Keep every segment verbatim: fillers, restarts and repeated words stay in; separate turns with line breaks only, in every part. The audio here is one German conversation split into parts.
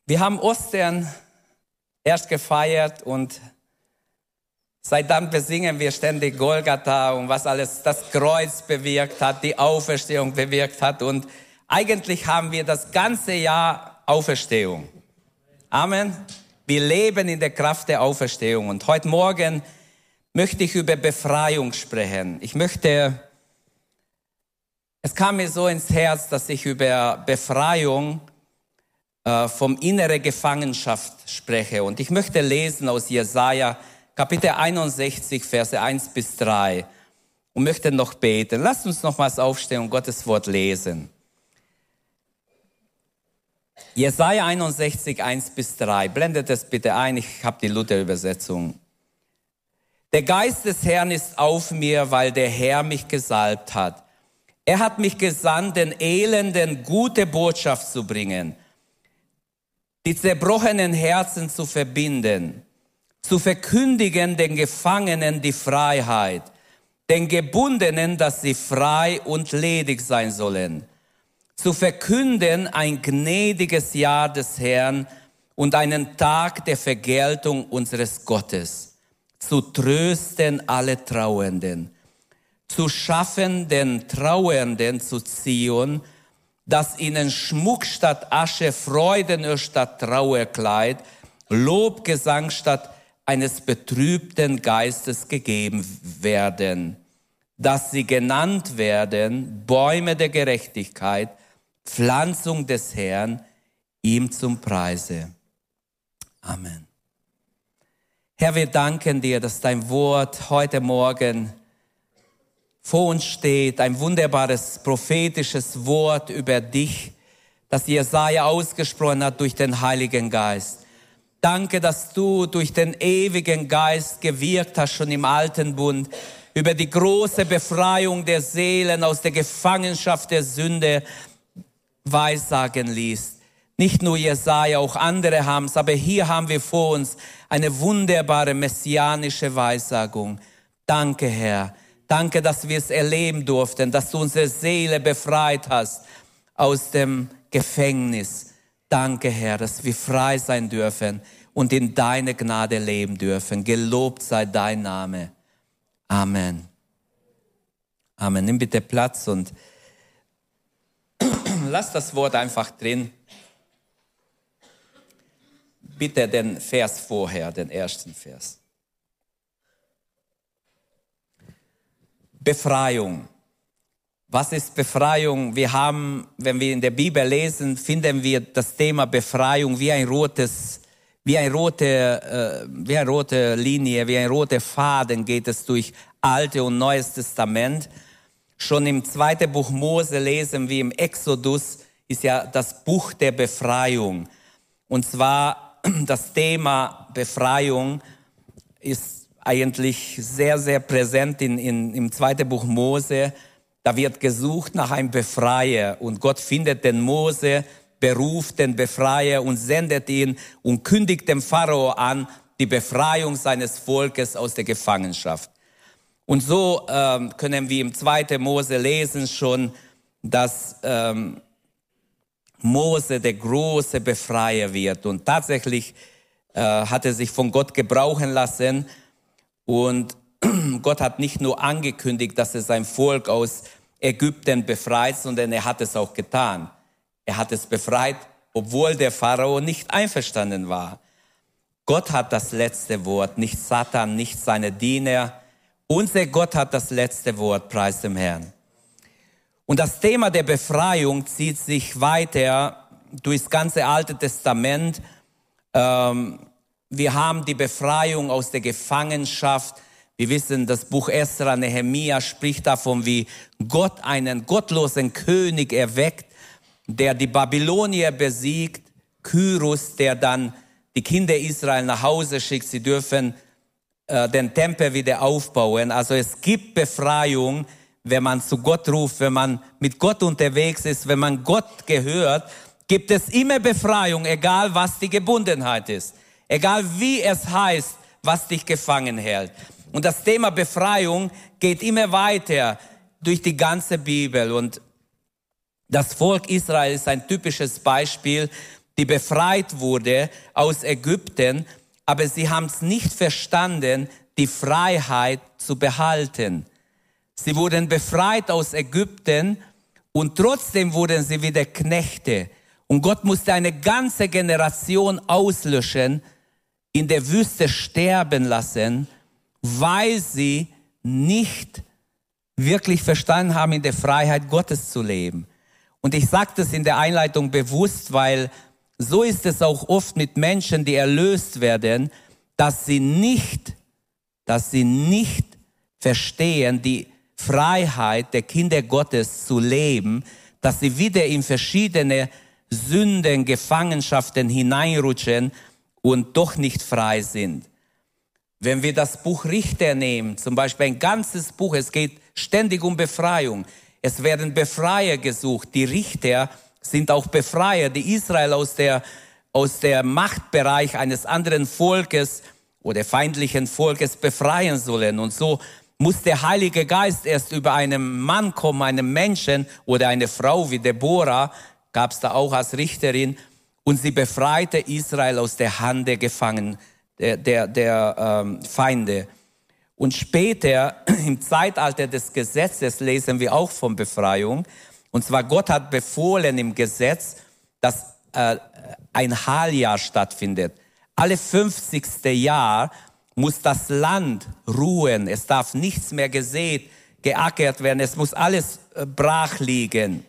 Wir haben Ostern erst gefeiert und seitdem besingen wir ständig Golgatha und was alles das Kreuz bewirkt hat, die Auferstehung bewirkt hat. Und eigentlich haben wir das ganze Jahr Auferstehung. Amen. Wir leben in der Kraft der Auferstehung. Und heute Morgen möchte ich über Befreiung sprechen. Ich möchte, es kam mir so ins Herz, dass ich über Befreiung äh, vom inneren Gefangenschaft spreche. Und ich möchte lesen aus Jesaja Kapitel einundsechzig, Verse eins bis drei und möchte noch beten. Lasst uns nochmals aufstehen und Gottes Wort lesen. Jesaja einundsechzig, eins bis drei. Blendet es bitte ein, ich habe die Luther-Übersetzung. Der Geist des Herrn ist auf mir, weil der Herr mich gesalbt hat. Er hat mich gesandt, den Elenden gute Botschaft zu bringen, die zerbrochenen Herzen zu verbinden, zu verkündigen den Gefangenen die Freiheit, den Gebundenen, dass sie frei und ledig sein sollen, zu verkünden ein gnädiges Jahr des Herrn und einen Tag der Vergeltung unseres Gottes, zu trösten alle Trauernden, zu schaffen den Trauernden zu Zion, dass ihnen Schmuck statt Asche, Freuden statt Trauerkleid, Lobgesang statt eines betrübten Geistes gegeben werden, dass sie genannt werden Bäume der Gerechtigkeit, Pflanzung des Herrn, ihm zum Preise. Amen. Herr, wir danken dir, dass dein Wort heute Morgen vor uns steht, ein wunderbares prophetisches Wort über dich, das Jesaja ausgesprochen hat durch den Heiligen Geist. Danke, dass du durch den ewigen Geist gewirkt hast, schon im Alten Bund, über die große Befreiung der Seelen aus der Gefangenschaft der Sünde weissagen ließ. Nicht nur Jesaja, auch andere haben es, aber hier haben wir vor uns eine wunderbare messianische Weissagung. Danke, Herr. Danke, dass wir es erleben durften, dass du unsere Seele befreit hast aus dem Gefängnis. Danke, Herr, dass wir frei sein dürfen und in deine Gnade leben dürfen. Gelobt sei dein Name. Amen. Amen. Nimm bitte Platz und lass das Wort einfach drin. Bitte den Vers vorher, den ersten Vers. Befreiung. Was ist Befreiung? Wir haben, wenn wir in der Bibel lesen, finden wir das Thema Befreiung wie ein rotes, wie eine rote, äh, wie eine rote Linie, wie ein roter Faden geht es durch Alte und Neues Testament. Schon im zweiten Buch Mose lesen wir, im Exodus ist ja das Buch der Befreiung. Und zwar das Thema Befreiung ist eigentlich sehr, sehr präsent in, in, im zweiten Buch Mose. Da wird gesucht nach einem Befreier und Gott findet den Mose, beruft den Befreier und sendet ihn und kündigt dem Pharao an, die Befreiung seines Volkes aus der Gefangenschaft. Und so ähm, können wir im zweiten Mose lesen schon, dass ähm, Mose der große Befreier wird. Und tatsächlich äh, hat er sich von Gott gebrauchen lassen. Und Gott hat nicht nur angekündigt, dass er sein Volk aus Ägypten befreit, sondern er hat es auch getan. Er hat es befreit, obwohl der Pharao nicht einverstanden war. Gott hat das letzte Wort, nicht Satan, nicht seine Diener. Unser Gott hat das letzte Wort, preis dem Herrn. Und das Thema der Befreiung zieht sich weiter durchs ganze Alte Testament. Ähm, wir haben die Befreiung aus der Gefangenschaft. Wir wissen, das Buch Esra, Nehemia spricht davon, wie Gott einen gottlosen König erweckt, der die Babylonier besiegt, Kyrus, der dann die Kinder Israel nach Hause schickt. Sie dürfen äh, den Tempel wieder aufbauen. Also es gibt Befreiung, wenn man zu Gott ruft, wenn man mit Gott unterwegs ist, wenn man Gott gehört, gibt es immer Befreiung, egal was die Gebundenheit ist, egal wie es heißt, was dich gefangen hält. Und das Thema Befreiung geht immer weiter durch die ganze Bibel. Und das Volk Israel ist ein typisches Beispiel, die befreit wurde aus Ägypten, aber sie haben es nicht verstanden, die Freiheit zu behalten. Sie wurden befreit aus Ägypten und trotzdem wurden sie wieder Knechte. Und Gott musste eine ganze Generation auslöschen, in der Wüste sterben lassen, weil sie nicht wirklich verstanden haben, in der Freiheit Gottes zu leben. Und ich sage das in der Einleitung bewusst, weil so ist es auch oft mit Menschen, die erlöst werden, dass sie nicht, dass sie nicht verstehen, die Freiheit der Kinder Gottes zu leben, dass sie wieder in verschiedene Sünden, Gefangenschaften hineinrutschen und doch nicht frei sind. Wenn wir das Buch Richter nehmen, zum Beispiel ein ganzes Buch, es geht ständig um Befreiung. Es werden Befreier gesucht. Die Richter sind auch Befreier, die Israel aus der, aus der Machtbereich eines anderen Volkes oder feindlichen Volkes befreien sollen. Und so muss der Heilige Geist erst über einen Mann kommen, einen Menschen oder eine Frau wie Deborah, gab es da auch als Richterin, und sie befreite Israel aus der Hand der Gefangenen, der, der, der ähm, Feinde. Und später, im Zeitalter des Gesetzes, lesen wir auch von Befreiung. Und zwar, Gott hat befohlen im Gesetz, dass äh, ein Haljahr stattfindet. Alle fünfzigste Jahr muss das Land ruhen. Es darf nichts mehr gesät, geackert werden. Es muss alles äh, brach liegen.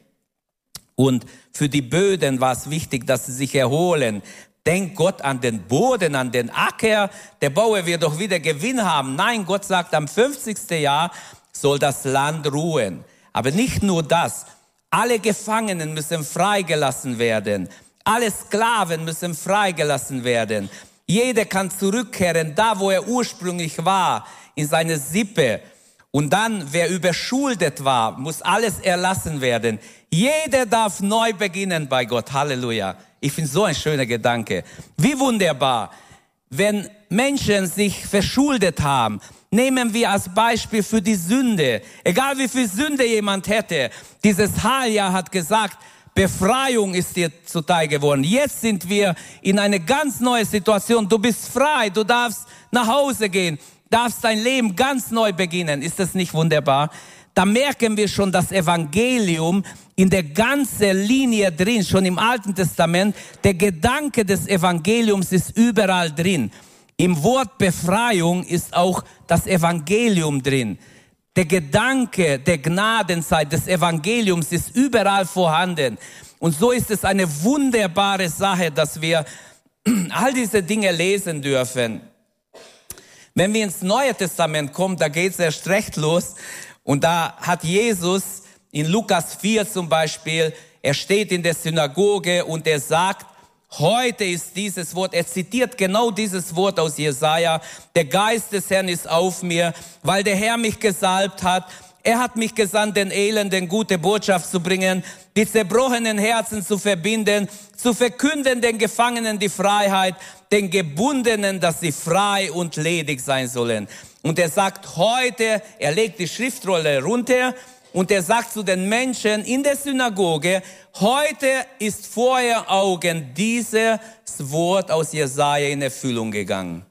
Und für die Böden war es wichtig, dass sie sich erholen. Denkt Gott an den Boden, an den Acker. Der Bauer wird doch wieder Gewinn haben. Nein, Gott sagt, am fünfzigsten Jahr soll das Land ruhen. Aber nicht nur das. Alle Gefangenen müssen freigelassen werden. Alle Sklaven müssen freigelassen werden. Jeder kann zurückkehren, da wo er ursprünglich war, in seine Sippe. Und dann, wer überschuldet war, muss alles erlassen werden. Jeder darf neu beginnen bei Gott. Halleluja. Ich finde so ein schöner Gedanke. Wie wunderbar. Wenn Menschen sich verschuldet haben, nehmen wir als Beispiel für die Sünde. Egal wie viel Sünde jemand hätte. Dieses Haljahr hat gesagt, Befreiung ist dir zuteil geworden. Jetzt sind wir in eine ganz neue Situation. Du bist frei. Du darfst nach Hause gehen. Darfst dein Leben ganz neu beginnen. Ist das nicht wunderbar? Da merken wir schon das Evangelium in der ganzen Linie drin, schon im Alten Testament. Der Gedanke des Evangeliums ist überall drin. Im Wort Befreiung ist auch das Evangelium drin. Der Gedanke der Gnadenzeit des Evangeliums ist überall vorhanden. Und so ist es eine wunderbare Sache, dass wir all diese Dinge lesen dürfen. Wenn wir ins Neue Testament kommen, da geht es erst recht los. Und da hat Jesus in Lukas vier zum Beispiel, er steht in der Synagoge und er sagt, heute ist dieses Wort, er zitiert genau dieses Wort aus Jesaja, der Geist des Herrn ist auf mir, weil der Herr mich gesalbt hat. Er hat mich gesandt, den Elenden gute Botschaft zu bringen, die zerbrochenen Herzen zu verbinden, zu verkünden den Gefangenen die Freiheit, den Gebundenen, dass sie frei und ledig sein sollen. Und er sagt heute, er legt die Schriftrolle runter und er sagt zu den Menschen in der Synagoge, heute ist vor ihren Augen dieses Wort aus Jesaja in Erfüllung gegangen.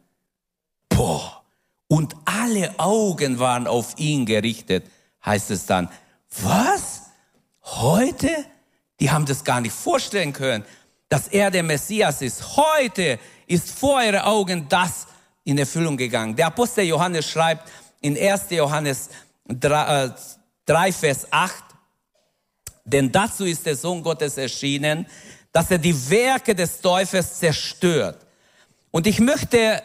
Boah. Und alle Augen waren auf ihn gerichtet, heißt es dann. Was? Heute? Die haben das gar nicht vorstellen können, dass er der Messias ist. Heute ist vor ihren Augen das in Erfüllung gegangen. Der Apostel Johannes schreibt in erster Johannes drei, Vers acht, denn dazu ist der Sohn Gottes erschienen, dass er die Werke des Teufels zerstört. Und ich möchte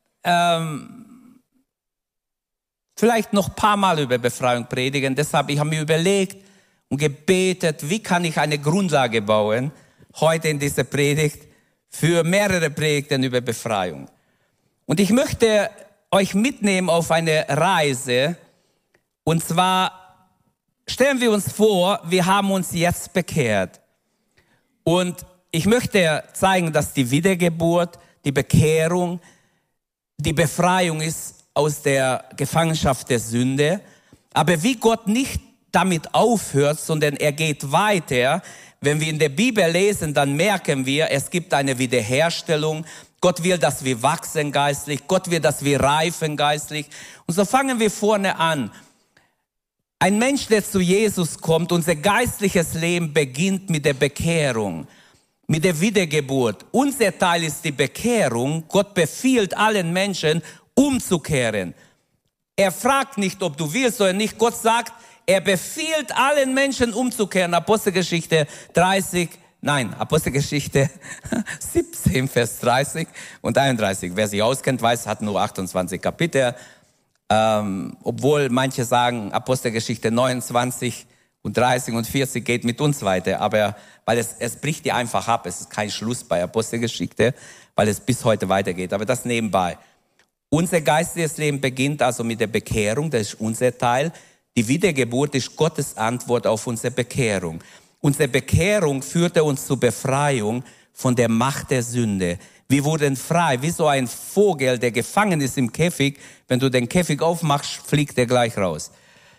ähm, vielleicht noch ein paar Mal über Befreiung predigen. Deshalb, ich habe mir überlegt und gebetet, wie kann ich eine Grundlage bauen, heute in dieser Predigt, für mehrere Predigten über Befreiung. Und ich möchte euch mitnehmen auf eine Reise. Und zwar stellen wir uns vor, wir haben uns jetzt bekehrt. Und ich möchte zeigen, dass die Wiedergeburt, die Bekehrung, die Befreiung ist aus der Gefangenschaft der Sünde. Aber wie Gott nicht damit aufhört, sondern er geht weiter, wenn wir in der Bibel lesen, dann merken wir, es gibt eine Wiederherstellung. Gott will, dass wir wachsen geistlich. Gott will, dass wir reifen geistlich. Und so fangen wir vorne an. Ein Mensch, der zu Jesus kommt, unser geistliches Leben beginnt mit der Bekehrung, mit der Wiedergeburt. Unser Teil ist die Bekehrung. Gott befiehlt allen Menschen, umzukehren. Er fragt nicht, ob du willst oder nicht. Gott sagt, er befiehlt allen Menschen umzukehren. Apostelgeschichte dreißig, nein, Apostelgeschichte siebzehn, Vers dreißig und einunddreißig. Wer sich auskennt, weiß, hat nur achtundzwanzig Kapitel. Ähm, obwohl manche sagen, Apostelgeschichte neunundzwanzig und dreißig und vierzig geht mit uns weiter. Aber weil es, es bricht die einfach ab. Es ist kein Schluss bei Apostelgeschichte, weil es bis heute weitergeht. Aber das nebenbei. Unser geistliches Leben beginnt also mit der Bekehrung. Das ist unser Teil. Die Wiedergeburt ist Gottes Antwort auf unsere Bekehrung. Unsere Bekehrung führte uns zur Befreiung von der Macht der Sünde. Wir wurden frei, wie so ein Vogel, der gefangen ist im Käfig. Wenn du den Käfig aufmachst, fliegt er gleich raus.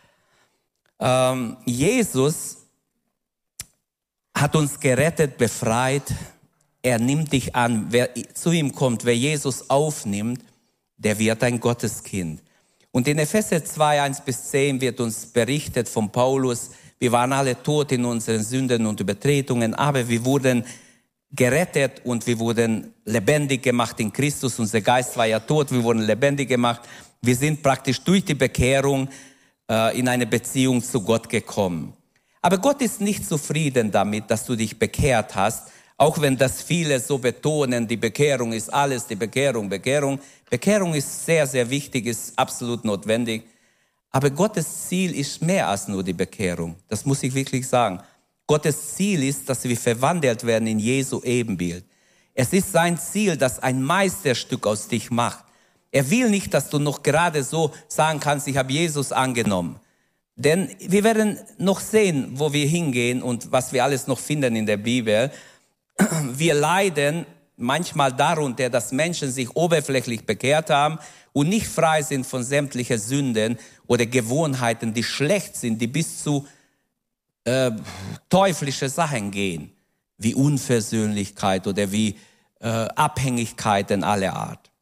Ähm, Jesus hat uns gerettet, befreit. Er nimmt dich an. Wer zu ihm kommt, wer Jesus aufnimmt, der wird ein Gotteskind. Und in Epheser zwei, eins bis zehn wird uns berichtet von Paulus, wir waren alle tot in unseren Sünden und Übertretungen, aber wir wurden gerettet und wir wurden lebendig gemacht in Christus. Unser Geist war ja tot, wir wurden lebendig gemacht. Wir sind praktisch durch die Bekehrung äh, in eine Beziehung zu Gott gekommen. Aber Gott ist nicht zufrieden damit, dass du dich bekehrt hast, auch wenn das viele so betonen, die Bekehrung ist alles, die Bekehrung, Bekehrung. Bekehrung ist sehr, sehr wichtig, ist absolut notwendig. Aber Gottes Ziel ist mehr als nur die Bekehrung. Das muss ich wirklich sagen. Gottes Ziel ist, dass wir verwandelt werden in Jesu Ebenbild. Es ist sein Ziel, dass ein Meisterstück aus dich macht. Er will nicht, dass du noch gerade so sagen kannst, ich habe Jesus angenommen. Denn wir werden noch sehen, wo wir hingehen und was wir alles noch finden in der Bibel. Wir leiden manchmal darunter, dass Menschen sich oberflächlich bekehrt haben und nicht frei sind von sämtlichen Sünden oder Gewohnheiten, die schlecht sind, die bis zu äh, teuflische Sachen gehen, wie Unversöhnlichkeit oder wie äh, Abhängigkeiten aller Art.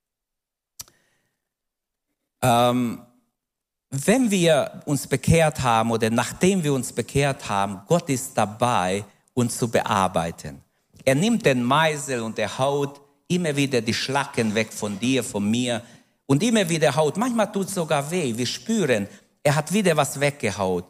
Ähm, wenn wir uns bekehrt haben oder nachdem wir uns bekehrt haben, Gott ist dabei, uns zu bearbeiten. Er nimmt den Meißel und er haut immer wieder die Schlacken weg von dir, von mir und immer wieder haut. Manchmal tut es sogar weh. Wir spüren, er hat wieder was weggehauen.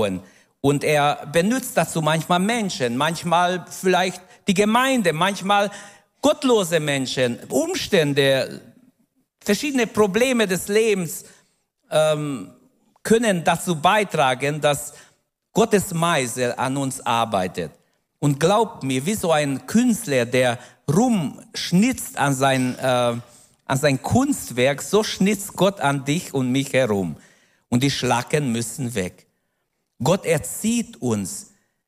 Und er benutzt dazu manchmal Menschen, manchmal vielleicht die Gemeinde, manchmal gottlose Menschen, Umstände, verschiedene Probleme des Lebens ähm, können dazu beitragen, dass Gottes Meißel an uns arbeitet. Und glaubt mir, wie so ein Künstler, der rumschnitzt an sein, äh, an sein Kunstwerk, so schnitzt Gott an dich und mich herum. Und die Schlacken müssen weg. Gott erzieht uns,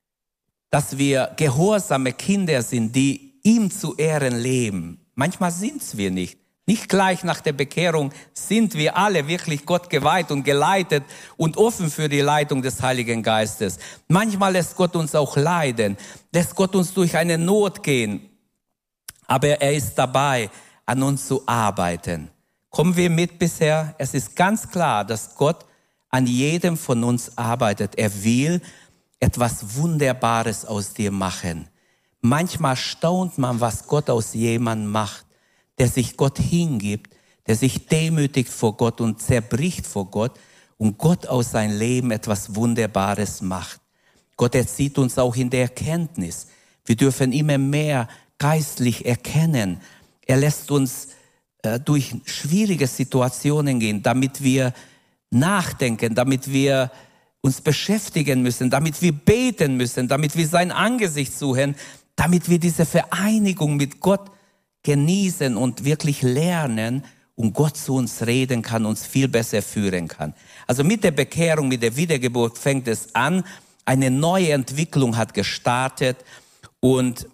dass wir gehorsame Kinder sind, die ihm zu Ehren leben. Manchmal sind's wir nicht. Nicht gleich nach der Bekehrung sind wir alle wirklich Gott geweiht und geleitet und offen für die Leitung des Heiligen Geistes. Manchmal lässt Gott uns auch leiden, lässt Gott uns durch eine Not gehen. Aber er ist dabei, an uns zu arbeiten. Kommen wir mit bisher? Es ist ganz klar, dass Gott an jedem von uns arbeitet. Er will etwas Wunderbares aus dir machen. Manchmal staunt man, was Gott aus jemandem macht, der sich Gott hingibt, der sich demütigt vor Gott und zerbricht vor Gott und Gott aus seinem Leben etwas Wunderbares macht. Gott erzieht uns auch in der Erkenntnis. Wir dürfen immer mehr geistlich erkennen. Er lässt uns äh, durch schwierige Situationen gehen, damit wir nachdenken, damit wir uns beschäftigen müssen, damit wir beten müssen, damit wir sein Angesicht suchen, damit wir diese Vereinigung mit Gott genießen und wirklich lernen und Gott zu uns reden kann, uns viel besser führen kann. Also mit der Bekehrung, mit der Wiedergeburt fängt es an. Eine neue Entwicklung hat gestartet und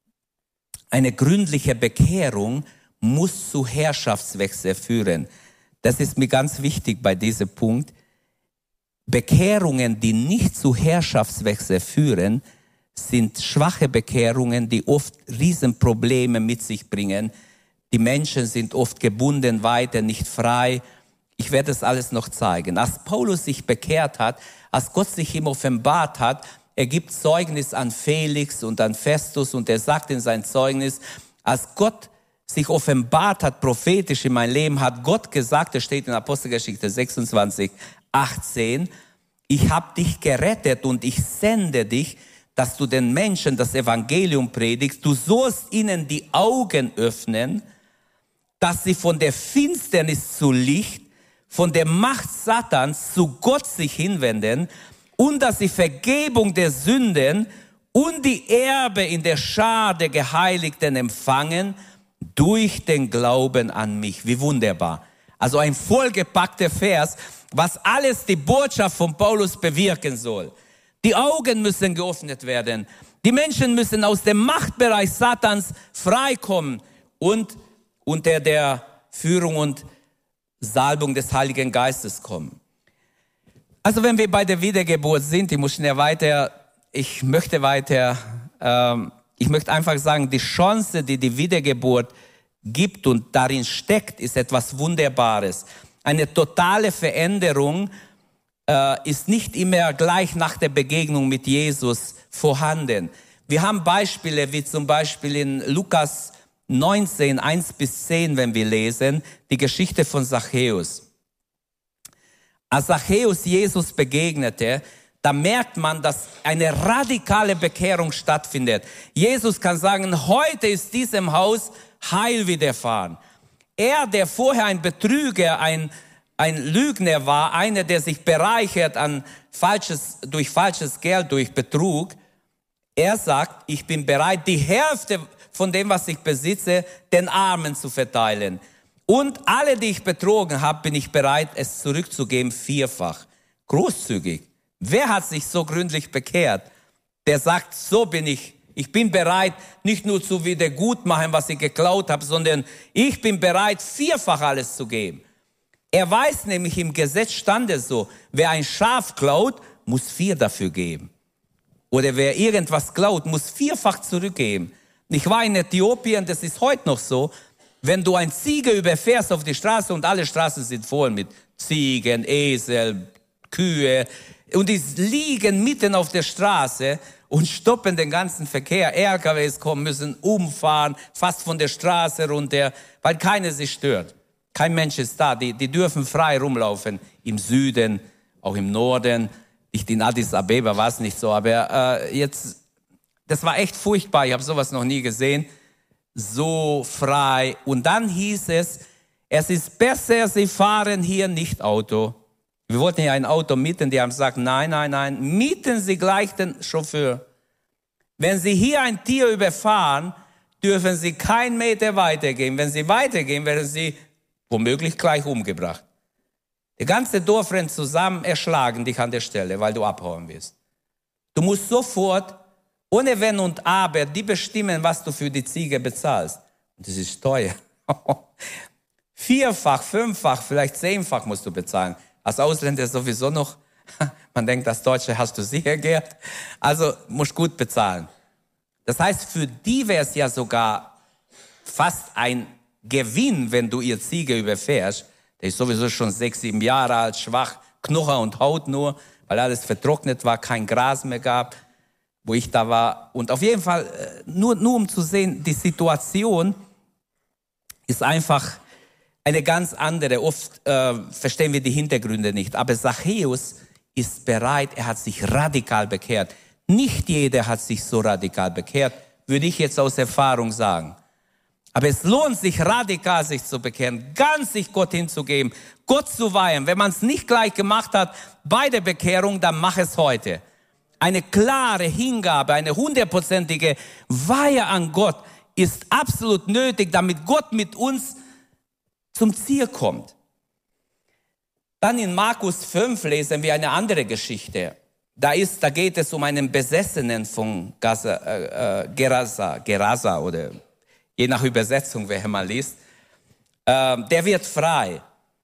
eine gründliche Bekehrung muss zu Herrschaftswechsel führen. Das ist mir ganz wichtig bei diesem Punkt. Bekehrungen, die nicht zu Herrschaftswechsel führen, sind schwache Bekehrungen, die oft Riesenprobleme mit sich bringen. Die Menschen sind oft gebunden weiter, nicht frei. Ich werde es alles noch zeigen. Als Paulus sich bekehrt hat, als Gott sich ihm offenbart hat, er gibt Zeugnis an Felix und an Festus und er sagt in sein Zeugnis, als Gott sich offenbart hat, prophetisch in mein Leben, hat Gott gesagt, das steht in Apostelgeschichte sechsundzwanzig, achtzehn, ich habe dich gerettet und ich sende dich, dass du den Menschen das Evangelium predigst. Du sollst ihnen die Augen öffnen, dass sie von der Finsternis zu Licht, von der Macht Satans zu Gott sich hinwenden und dass sie Vergebung der Sünden und die Erbe in der Schar der Geheiligten empfangen durch den Glauben an mich. Wie wunderbar. Also ein vollgepackter Vers, was alles die Botschaft von Paulus bewirken soll. Die Augen müssen geöffnet werden. Die Menschen müssen aus dem Machtbereich Satans freikommen und unter der Führung und Salbung des Heiligen Geistes kommen. Also wenn wir bei der Wiedergeburt sind, ich muss schnell weiter, ich möchte weiter, ähm, ich möchte einfach sagen, die Chance, die die Wiedergeburt gibt und darin steckt, ist etwas Wunderbares. Eine totale Veränderung äh, ist nicht immer gleich nach der Begegnung mit Jesus vorhanden. Wir haben Beispiele, wie zum Beispiel in Lukas neunzehn, eins bis zehn, wenn wir lesen, die Geschichte von Zachäus. Als Zachäus Jesus begegnete, da merkt man, dass eine radikale Bekehrung stattfindet. Jesus kann sagen, heute ist diesem Haus Heil widerfahren. Er, der vorher ein Betrüger, ein, ein Lügner war, einer, der sich bereichert an falsches, durch falsches Geld, durch Betrug, er sagt, ich bin bereit, die Hälfte von dem, was ich besitze, den Armen zu verteilen. Und alle, die ich betrogen habe, bin ich bereit, es zurückzugeben, vierfach. Großzügig. Wer hat sich so gründlich bekehrt? Der sagt, so bin ich. Ich bin bereit, nicht nur zu wiedergutmachen, was ich geklaut habe, sondern ich bin bereit, vierfach alles zu geben. Er weiß nämlich, im Gesetz stand es so, wer ein Schaf klaut, muss vier dafür geben. Oder wer irgendwas klaut, muss vierfach zurückgeben. Ich war in Äthiopien, das ist heute noch so, wenn du ein Ziege überfährst auf die Straße und alle Straßen sind voll mit Ziegen, Esel, Kühe und die liegen mitten auf der Straße und stoppen den ganzen Verkehr. L K Ws kommen, müssen umfahren, fast von der Straße runter, weil keiner sich stört. Kein Mensch ist da, die, die dürfen frei rumlaufen, im Süden, auch im Norden. Nicht in Addis Abeba war es nicht so, aber äh, jetzt, das war echt furchtbar, ich habe sowas noch nie gesehen. So frei. Und dann hieß es, es ist besser, Sie fahren hier nicht Auto. Wir wollten ja ein Auto mieten, die haben gesagt, nein, nein, nein, mieten Sie gleich den Chauffeur. Wenn Sie hier ein Tier überfahren, dürfen Sie keinen Meter weitergehen. Wenn Sie weitergehen, werden Sie womöglich gleich umgebracht. Der ganze Dorf rennt zusammen, erschlagen dich an der Stelle, weil du abhauen willst. Du musst sofort, ohne Wenn und Aber, die bestimmen, was du für die Ziege bezahlst. Und das ist teuer. Vierfach, fünffach, vielleicht zehnfach musst du bezahlen. Als Ausländer sowieso noch. Man denkt, als Deutsche hast du sicher Geld. Also musst gut bezahlen. Das heißt, für die wäre es ja sogar fast ein Gewinn, wenn du ihr Ziege überfährst. Der ist sowieso schon sechs, sieben Jahre alt, schwach, Knochen und Haut nur, weil alles vertrocknet war, kein Gras mehr gab, wo ich da war. Und auf jeden Fall, nur, nur um zu sehen, die Situation ist einfach eine ganz andere. Oft äh, verstehen wir die Hintergründe nicht. Aber Zachäus ist bereit, er hat sich radikal bekehrt. Nicht jeder hat sich so radikal bekehrt, würde ich jetzt aus Erfahrung sagen. Aber es lohnt sich, radikal sich zu bekehren, ganz sich Gott hinzugeben, Gott zu weihen. Wenn man es nicht gleich gemacht hat bei der Bekehrung, dann mach es heute. Eine klare Hingabe, eine hundertprozentige Weihe an Gott ist absolut nötig, damit Gott mit uns zum Ziel kommt. Dann in Markus fünf lesen wir eine andere Geschichte. Da, ist, da geht es um einen Besessenen von Gaza, äh, Gerasa, Gerasa oder je nach Übersetzung, wer mal liest. Äh, der wird frei.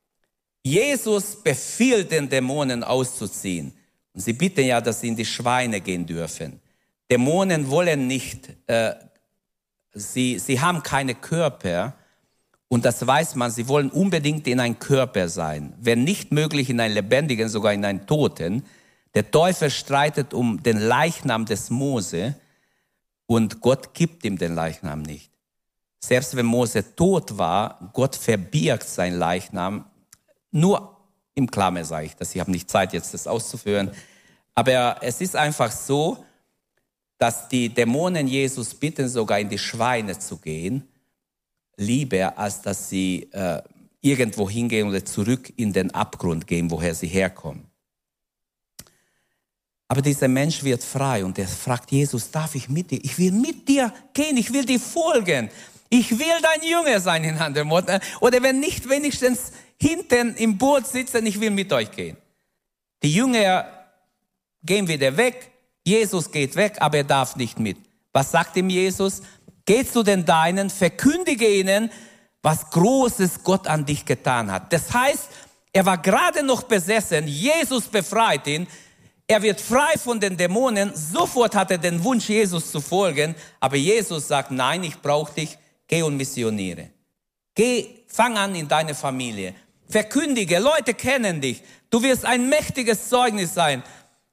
Jesus befiehlt den Dämonen auszuziehen. Und sie bitten ja, dass sie in die Schweine gehen dürfen. Dämonen wollen nicht, äh, sie, sie haben keine Körper und das weiß man, sie wollen unbedingt in einen Körper sein. Wenn nicht möglich in einen lebendigen, sogar in einen Toten. Der Teufel streitet um den Leichnam des Mose und Gott gibt ihm den Leichnam nicht. Selbst wenn Mose tot war, Gott verbirgt sein Leichnam. Nur im Klammer sage ich das, ich habe nicht Zeit jetzt das auszuführen. Aber es ist einfach so, dass die Dämonen Jesus bitten, sogar in die Schweine zu gehen, lieber als dass sie äh, irgendwo hingehen oder zurück in den Abgrund gehen, woher sie herkommen. Aber dieser Mensch wird frei und er fragt Jesus, darf ich mit dir? Ich will mit dir gehen, ich will dir folgen. Ich will dein Jünger sein in anderen Worten. Oder wenn nicht, wenigstens hinten im Boot sitzen, ich will mit euch gehen. Die Jünger gehen wieder weg, Jesus geht weg, aber er darf nicht mit. Was sagt ihm Jesus? Geh zu den Deinen, verkündige ihnen, was Großes Gott an dich getan hat. Das heißt, er war gerade noch besessen, Jesus befreit ihn, er wird frei von den Dämonen, sofort hat er den Wunsch, Jesus zu folgen, aber Jesus sagt, nein, ich brauche dich, geh und missioniere. Geh, fang an in deine Familie, verkündige, Leute kennen dich, du wirst ein mächtiges Zeugnis sein.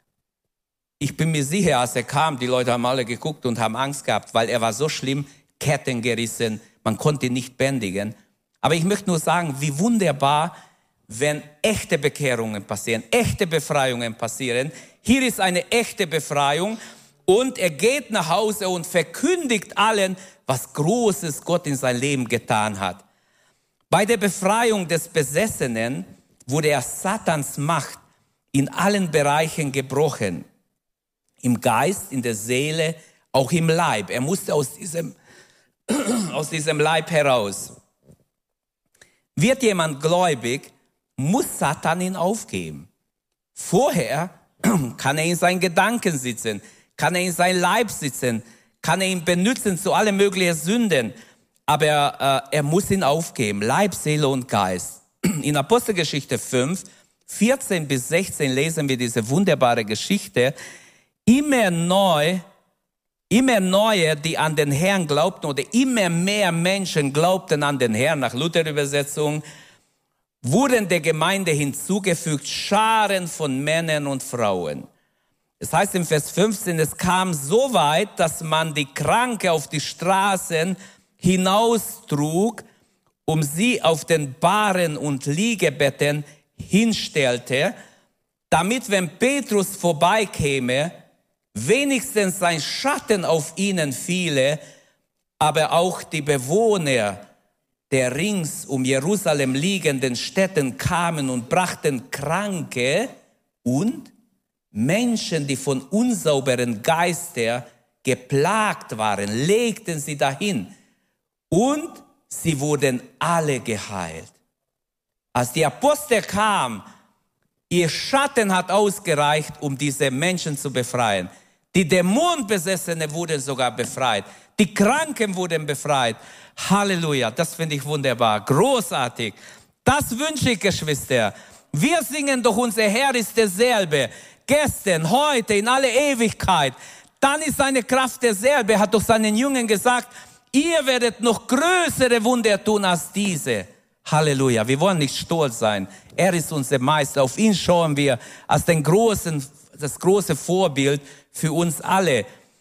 Ich bin mir sicher, als er kam, die Leute haben alle geguckt und haben Angst gehabt, weil er war so schlimm, Ketten gerissen, man konnte ihn nicht bändigen. Aber ich möchte nur sagen, wie wunderbar, wenn echte Bekehrungen passieren, echte Befreiungen passieren. Hier ist eine echte Befreiung und er geht nach Hause und verkündigt allen, was Großes Gott in sein Leben getan hat. Bei der Befreiung des Besessenen wurde er Satans Macht in allen Bereichen gebrochen. Im Geist, in der Seele, auch im Leib. Er musste aus diesem, aus diesem Leib heraus. Wird jemand gläubig, muss Satan ihn aufgeben. Vorher kann er in seinen Gedanken sitzen, kann er in seinem Leib sitzen, kann er ihn benutzen zu allen möglichen Sünden. Aber äh, er muss ihn aufgeben, Leib, Seele und Geist. In Apostelgeschichte fünf, vierzehn bis sechzehn lesen wir diese wunderbare Geschichte. Immer neu, immer neue, die an den Herrn glaubten, oder immer mehr Menschen glaubten an den Herrn, nach Luther-Übersetzung, wurden der Gemeinde hinzugefügt, Scharen von Männern und Frauen. Es heißt im Vers fünfzehn, es kam so weit, dass man die Kranke auf die Straßen hinaustrug, um sie auf den Bahren und Liegebetten hinstellte, damit, wenn Petrus vorbeikäme, wenigstens sein Schatten auf ihnen fiele, aber auch die Bewohner der rings um Jerusalem liegenden Städten kamen und brachten Kranke und Menschen, die von unsauberen Geistern geplagt waren, legten sie dahin und sie wurden alle geheilt. Als die Apostel kamen, ihr Schatten hat ausgereicht, um diese Menschen zu befreien. Die Dämonenbesessenen wurden sogar befreit. Die Kranken wurden befreit. Halleluja, das finde ich wunderbar, großartig. Das wünsche ich, Geschwister. Wir singen doch, unser Herr ist derselbe. Gestern, heute, in alle Ewigkeit. Dann ist seine Kraft derselbe. Er hat doch seinen Jüngern gesagt, ihr werdet noch größere Wunder tun als diese. Halleluja, wir wollen nicht stolz sein. Er ist unser Meister. Auf ihn schauen wir als den großen, das große Vorbild für uns alle.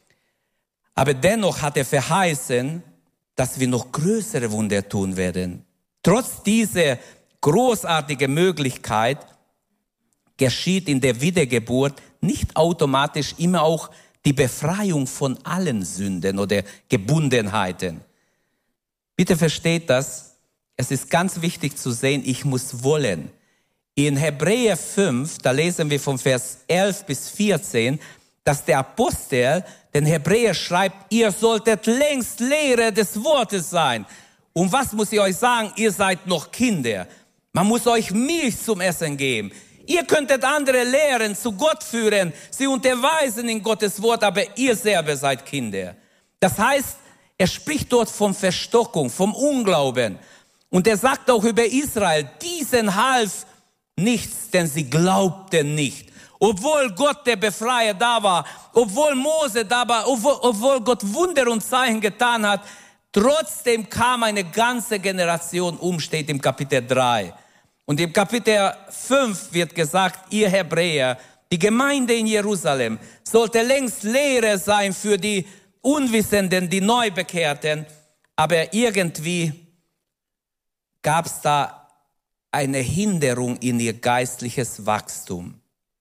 Aber dennoch hat er verheißen, dass wir noch größere Wunder tun werden. Trotz dieser großartigen Möglichkeit geschieht in der Wiedergeburt nicht automatisch immer auch die Befreiung von allen Sünden oder Gebundenheiten. Bitte versteht das. Es ist ganz wichtig zu sehen, ich muss wollen. In Hebräer fünf, da lesen wir von Vers elf bis vierzehn, dass der Apostel den Hebräer schreibt, ihr solltet längst Lehrer des Wortes sein. Und was muss ich euch sagen? Ihr seid noch Kinder. Man muss euch Milch zum Essen geben. Ihr könntet andere lehren, zu Gott führen, sie unterweisen in Gottes Wort, aber ihr selber seid Kinder. Das heißt, er spricht dort von Verstockung, vom Unglauben. Und er sagt auch über Israel, diesen half nichts, denn sie glaubten nicht. Obwohl Gott der Befreier da war, obwohl Mose da war, obwohl, obwohl Gott Wunder und Zeichen getan hat, trotzdem kam eine ganze Generation um, steht im Kapitel drei. Und im Kapitel fünf wird gesagt, ihr Hebräer, die Gemeinde in Jerusalem sollte längst Lehre sein für die Unwissenden, die Neubekehrten, aber irgendwie gab es da eine Hinderung in ihr geistliches Wachstum.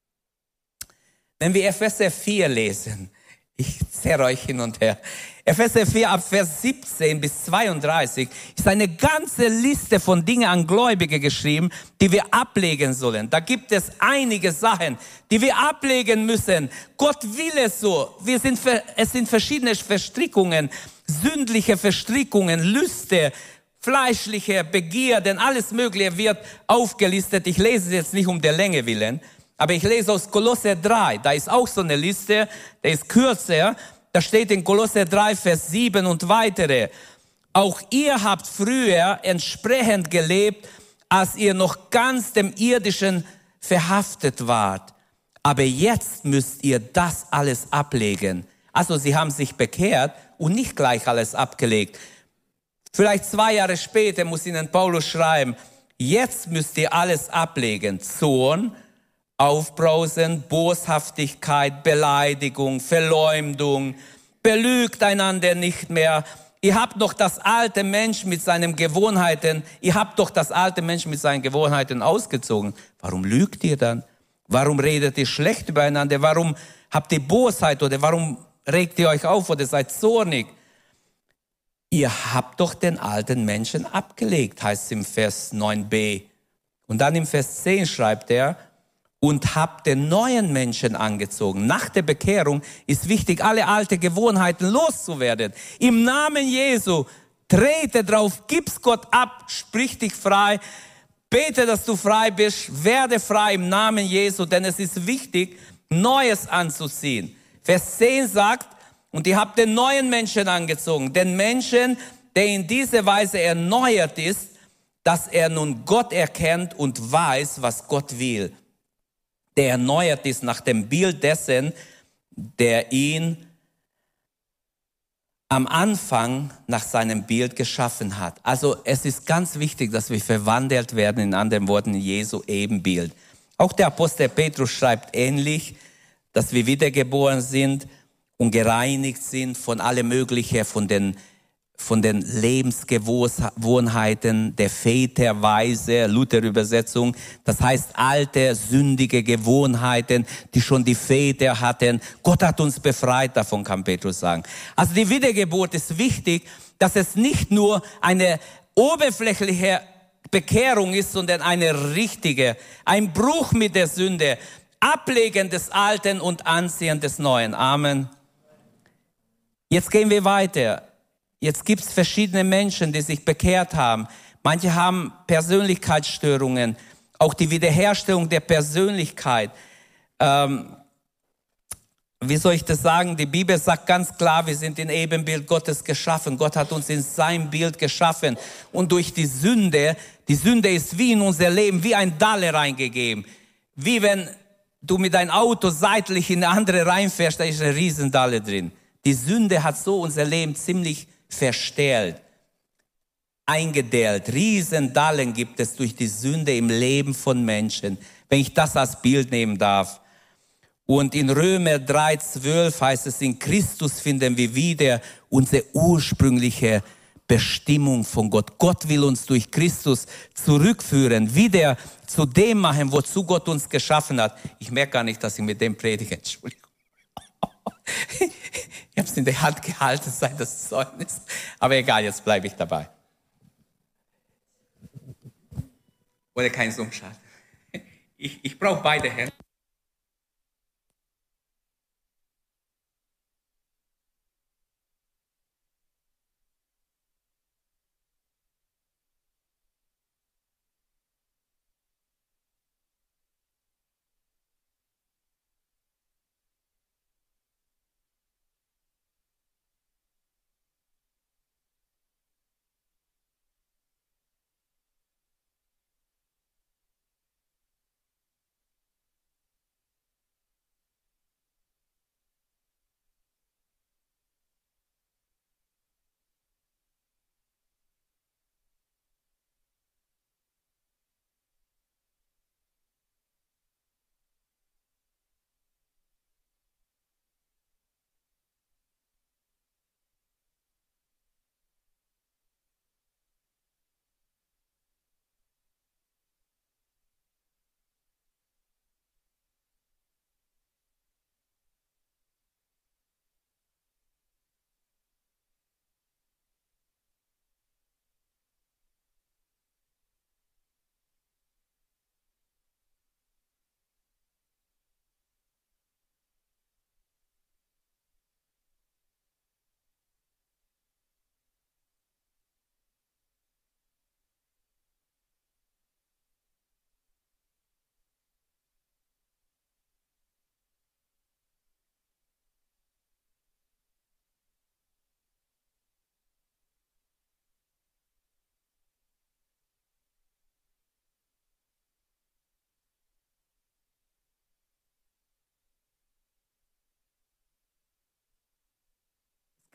Wenn wir Epheser vier lesen, ich zerre euch hin und her, Epheser vier ab Vers siebzehn bis zweiunddreißig ist eine ganze Liste von Dingen an Gläubige geschrieben, die wir ablegen sollen. Da gibt es einige Sachen, die wir ablegen müssen. Gott will es so. Wir sind, es sind verschiedene Verstrickungen, sündliche Verstrickungen, Lüste, fleischliche Begierden, alles Mögliche wird aufgelistet. Ich lese es jetzt nicht um der Länge willen, aber ich lese aus Kolosser drei. Da ist auch so eine Liste, der ist kürzer. Da steht in Kolosser drei, Vers sieben und weitere. Auch ihr habt früher entsprechend gelebt, als ihr noch ganz dem Irdischen verhaftet wart. Aber jetzt müsst ihr das alles ablegen. Also sie haben sich bekehrt und nicht gleich alles abgelegt. Vielleicht zwei Jahre später muss ihnen Paulus schreiben, jetzt müsst ihr alles ablegen. Zorn, Aufbrausen, Boshaftigkeit, Beleidigung, Verleumdung, belügt einander nicht mehr. Ihr habt doch das alte Mensch mit seinen Gewohnheiten, ihr habt doch das alte Mensch mit seinen Gewohnheiten ausgezogen. Warum lügt ihr dann? Warum redet ihr schlecht übereinander? Warum habt ihr Bosheit oder warum regt ihr euch auf oder seid zornig? Ihr habt doch den alten Menschen abgelegt, heißt es im Vers neun b. Und dann im Vers zehn schreibt er, und habt den neuen Menschen angezogen. Nach der Bekehrung ist wichtig, alle alte Gewohnheiten loszuwerden. Im Namen Jesu, trete drauf, gib's Gott ab, sprich dich frei, bete, dass du frei bist, werde frei im Namen Jesu, denn es ist wichtig, Neues anzuziehen. Vers zehn sagt, und ihr habt den neuen Menschen angezogen, den Menschen, der in dieser Weise erneuert ist, dass er nun Gott erkennt und weiß, was Gott will. Der erneuert ist nach dem Bild dessen, der ihn am Anfang nach seinem Bild geschaffen hat. Also es ist ganz wichtig, dass wir verwandelt werden, in anderen Worten, in Jesu Ebenbild. Auch der Apostel Petrus schreibt ähnlich, dass wir wiedergeboren sind und gereinigt sind von allem Möglichen, von den von den Lebensgewohnheiten der Väterweise, Luther-Übersetzung. Das heißt, alte, sündige Gewohnheiten, die schon die Väter hatten. Gott hat uns befreit, davon kann Petrus sagen. Also die Wiedergeburt ist wichtig, dass es nicht nur eine oberflächliche Bekehrung ist, sondern eine richtige, ein Bruch mit der Sünde, Ablegen des Alten und Anziehen des Neuen. Amen. Jetzt gehen wir weiter. Jetzt gibt es verschiedene Menschen, die sich bekehrt haben. Manche haben Persönlichkeitsstörungen, auch die Wiederherstellung der Persönlichkeit. Ähm, wie soll ich das sagen? Die Bibel sagt ganz klar, wir sind in Ebenbild Gottes geschaffen. Gott hat uns in sein Bild geschaffen. Und durch die Sünde, die Sünde ist wie in unser Leben, wie ein Dalle reingegeben. Wie wenn du mit deinem Auto seitlich in eine andere reinfährst, da ist eine Riesendalle drin. Die Sünde hat so unser Leben ziemlich verstellt, eingedellt. Riesendallen gibt es durch die Sünde im Leben von Menschen, wenn ich das als Bild nehmen darf. Und in Römer drei zwölf heißt es, in Christus finden wir wieder unsere ursprüngliche Bestimmung von Gott. Gott will uns durch Christus zurückführen, wieder zu dem machen, wozu Gott uns geschaffen hat. Ich merke gar nicht, dass ich mit dem predige. Entschuldigung. Ich habe es in der Hand gehalten, seit das Zeugnis. Aber egal, jetzt bleibe ich dabei. Oder kein Summschad. Ich, ich brauche beide Hände.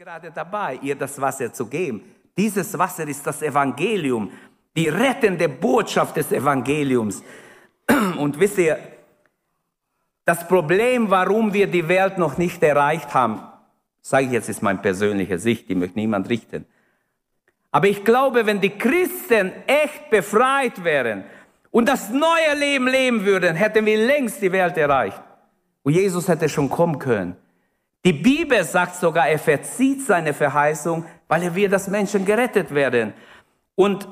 gerade dabei, ihr das Wasser zu geben. Dieses Wasser ist das Evangelium, die rettende Botschaft des Evangeliums. Und wisst ihr, das Problem, warum wir die Welt noch nicht erreicht haben, sage ich jetzt, ist meine persönliche Sicht, die möchte niemand richten. Aber ich glaube, wenn die Christen echt befreit wären und das neue Leben leben würden, hätten wir längst die Welt erreicht. Und Jesus hätte schon kommen können. Die Bibel sagt sogar, er verzieht seine Verheißung, weil er will, dass Menschen gerettet werden. Und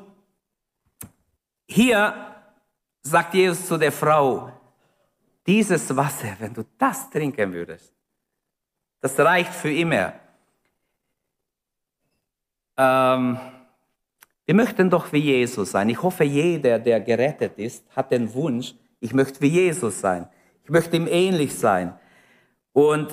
hier sagt Jesus zu der Frau, dieses Wasser, wenn du das trinken würdest, das reicht für immer. Ähm, wir möchten doch wie Jesus sein. Ich hoffe, jeder, der gerettet ist, hat den Wunsch, ich möchte wie Jesus sein. Ich möchte ihm ähnlich sein. Und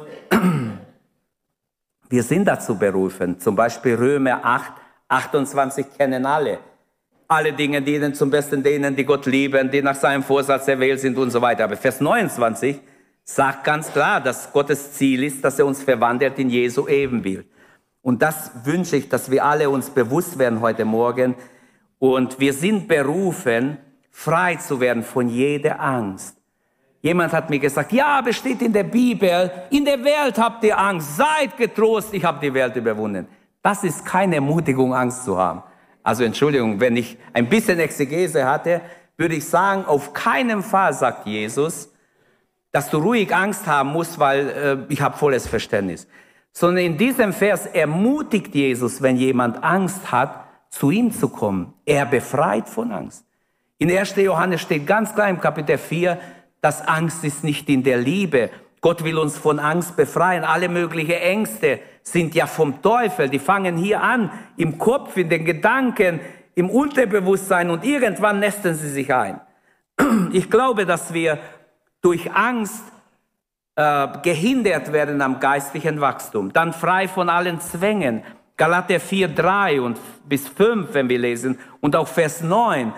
wir sind dazu berufen. Zum Beispiel Römer acht, achtundzwanzig kennen alle. Alle Dinge dienen zum Besten denen, die Gott lieben, die nach seinem Vorsatz erwählt sind und so weiter. Aber Vers neunundzwanzig sagt ganz klar, dass Gottes Ziel ist, dass er uns verwandelt in Jesu Ebenbild. Und das wünsche ich, dass wir alle uns bewusst werden heute Morgen. Und wir sind berufen, frei zu werden von jeder Angst. Jemand hat mir gesagt, ja, aber steht in der Bibel, in der Welt habt ihr Angst, seid getrost, ich habe die Welt überwunden. Das ist keine Ermutigung, Angst zu haben. Also Entschuldigung, wenn ich ein bisschen Exegese hatte, würde ich sagen, auf keinen Fall, sagt Jesus, dass du ruhig Angst haben musst, weil äh, ich habe volles Verständnis. Sondern in diesem Vers ermutigt Jesus, wenn jemand Angst hat, zu ihm zu kommen. Er befreit von Angst. In erster Johannes steht ganz klar im Kapitel vier, dass Angst ist nicht in der Liebe. Gott will uns von Angst befreien. Alle möglichen Ängste sind ja vom Teufel. Die fangen hier an, im Kopf, in den Gedanken, im Unterbewusstsein und irgendwann nesten sie sich ein. Ich glaube, dass wir durch Angst äh, gehindert werden am geistlichen Wachstum. Dann frei von allen Zwängen. Galater vier, drei und bis fünf, wenn wir lesen, und auch Vers neun.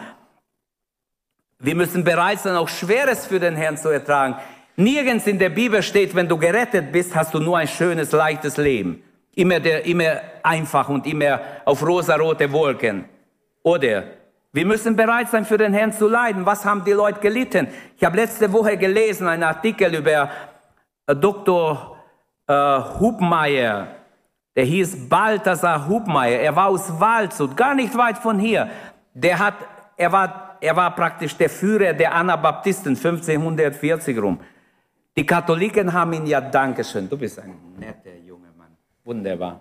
Wir müssen bereit sein, auch Schweres für den Herrn zu ertragen. Nirgends in der Bibel steht, wenn du gerettet bist, hast du nur ein schönes, leichtes Leben. Immer, der, immer einfach und immer auf rosarote Wolken. Oder wir müssen bereit sein, für den Herrn zu leiden. Was haben die Leute gelitten? Ich habe letzte Woche gelesen, einen Artikel über äh, Doktor äh, Hubmeier. Der hieß Balthasar Hubmeier. Er war aus Waldshut, gar nicht weit von hier. Der hat, er war, er war praktisch der Führer der Anabaptisten, fünfzehnhundertvierzig rum. Die Katholiken haben ihn ja, Dankeschön, du bist ein netter junger Mann, wunderbar.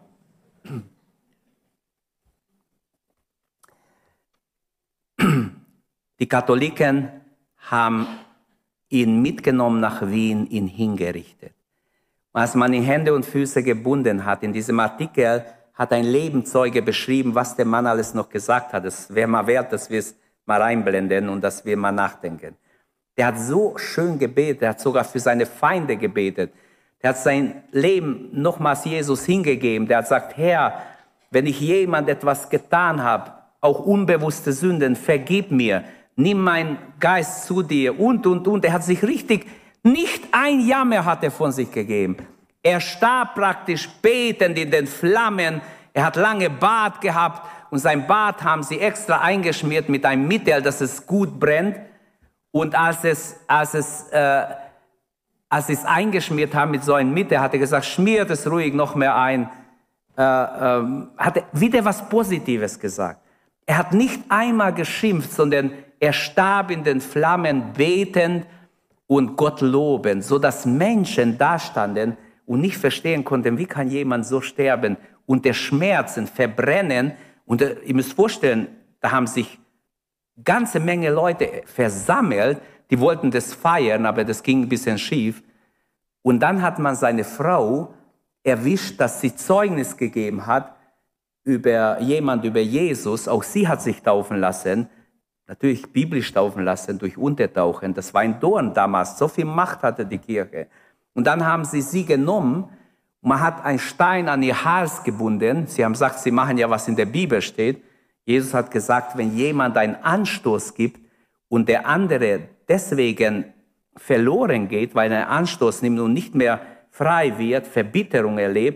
Die Katholiken haben ihn mitgenommen nach Wien, ihn hingerichtet. Als man ihn Hände und Füße gebunden hat, in diesem Artikel hat ein Lebenszeuge beschrieben, was der Mann alles noch gesagt hat. Es wäre mal wert, dass wir es mal reinblenden und dass wir mal nachdenken. Der hat so schön gebetet, er hat sogar für seine Feinde gebetet. Der hat sein Leben nochmals Jesus hingegeben. Der hat gesagt, Herr, wenn ich jemand etwas getan habe, auch unbewusste Sünden, vergib mir, nimm meinen Geist zu dir und, und, und. Er hat sich richtig, nicht ein Jammer hat er von sich gegeben. Er starb praktisch betend in den Flammen. Er hat lange Bart gehabt und sein Bart haben sie extra eingeschmiert mit einem Mittel, dass es gut brennt. Und als es, als es, äh, als sie es eingeschmiert haben mit so einem Mittel, hat er gesagt, schmiert es ruhig noch mehr ein. Äh, ähm, hat er wieder was Positives gesagt. Er hat nicht einmal geschimpft, sondern er starb in den Flammen betend und Gott lobend, so dass Menschen dastanden und nicht verstehen konnten, wie kann jemand so sterben unter Schmerzen, verbrennen. Und äh, ihr müsst vorstellen, da haben sich ganze Menge Leute versammelt, die wollten das feiern, aber das ging ein bisschen schief. Und dann hat man seine Frau erwischt, dass sie Zeugnis gegeben hat über jemand, über Jesus. Auch sie hat sich taufen lassen, natürlich biblisch taufen lassen, durch Untertauchen. Das war ein Dorn damals, so viel Macht hatte die Kirche. Und dann haben sie sie genommen, man hat einen Stein an ihr Hals gebunden. Sie haben gesagt, sie machen ja, was in der Bibel steht. Jesus hat gesagt, wenn jemand einen Anstoß gibt und der andere deswegen verloren geht, weil er einen Anstoß nimmt und nicht mehr frei wird, Verbitterung erlebt,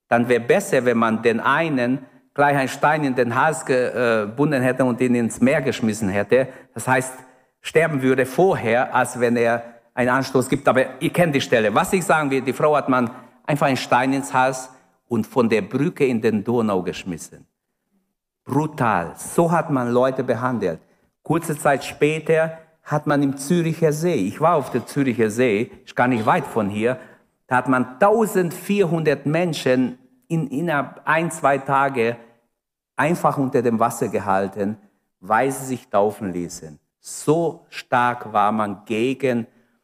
dann wäre besser, wenn man den einen gleich einen Stein in den Hals gebunden hätte und ihn ins Meer geschmissen hätte. Das heißt, sterben würde vorher, als wenn er einen Anstoß gibt. Aber ihr kennt die Stelle. Was ich sagen will, die Frau hat man einfach einen Stein ins Hals und von der Brücke in den Donau geschmissen. Brutal. So hat man Leute behandelt. Kurze Zeit später hat man im Züricher See, ich war auf dem Züricher See, ist gar nicht weit von hier, da hat man eintausendvierhundert Menschen in, innerhalb ein, zwei Tage einfach unter dem Wasser gehalten, weil sie sich taufen ließen. So stark war man gegen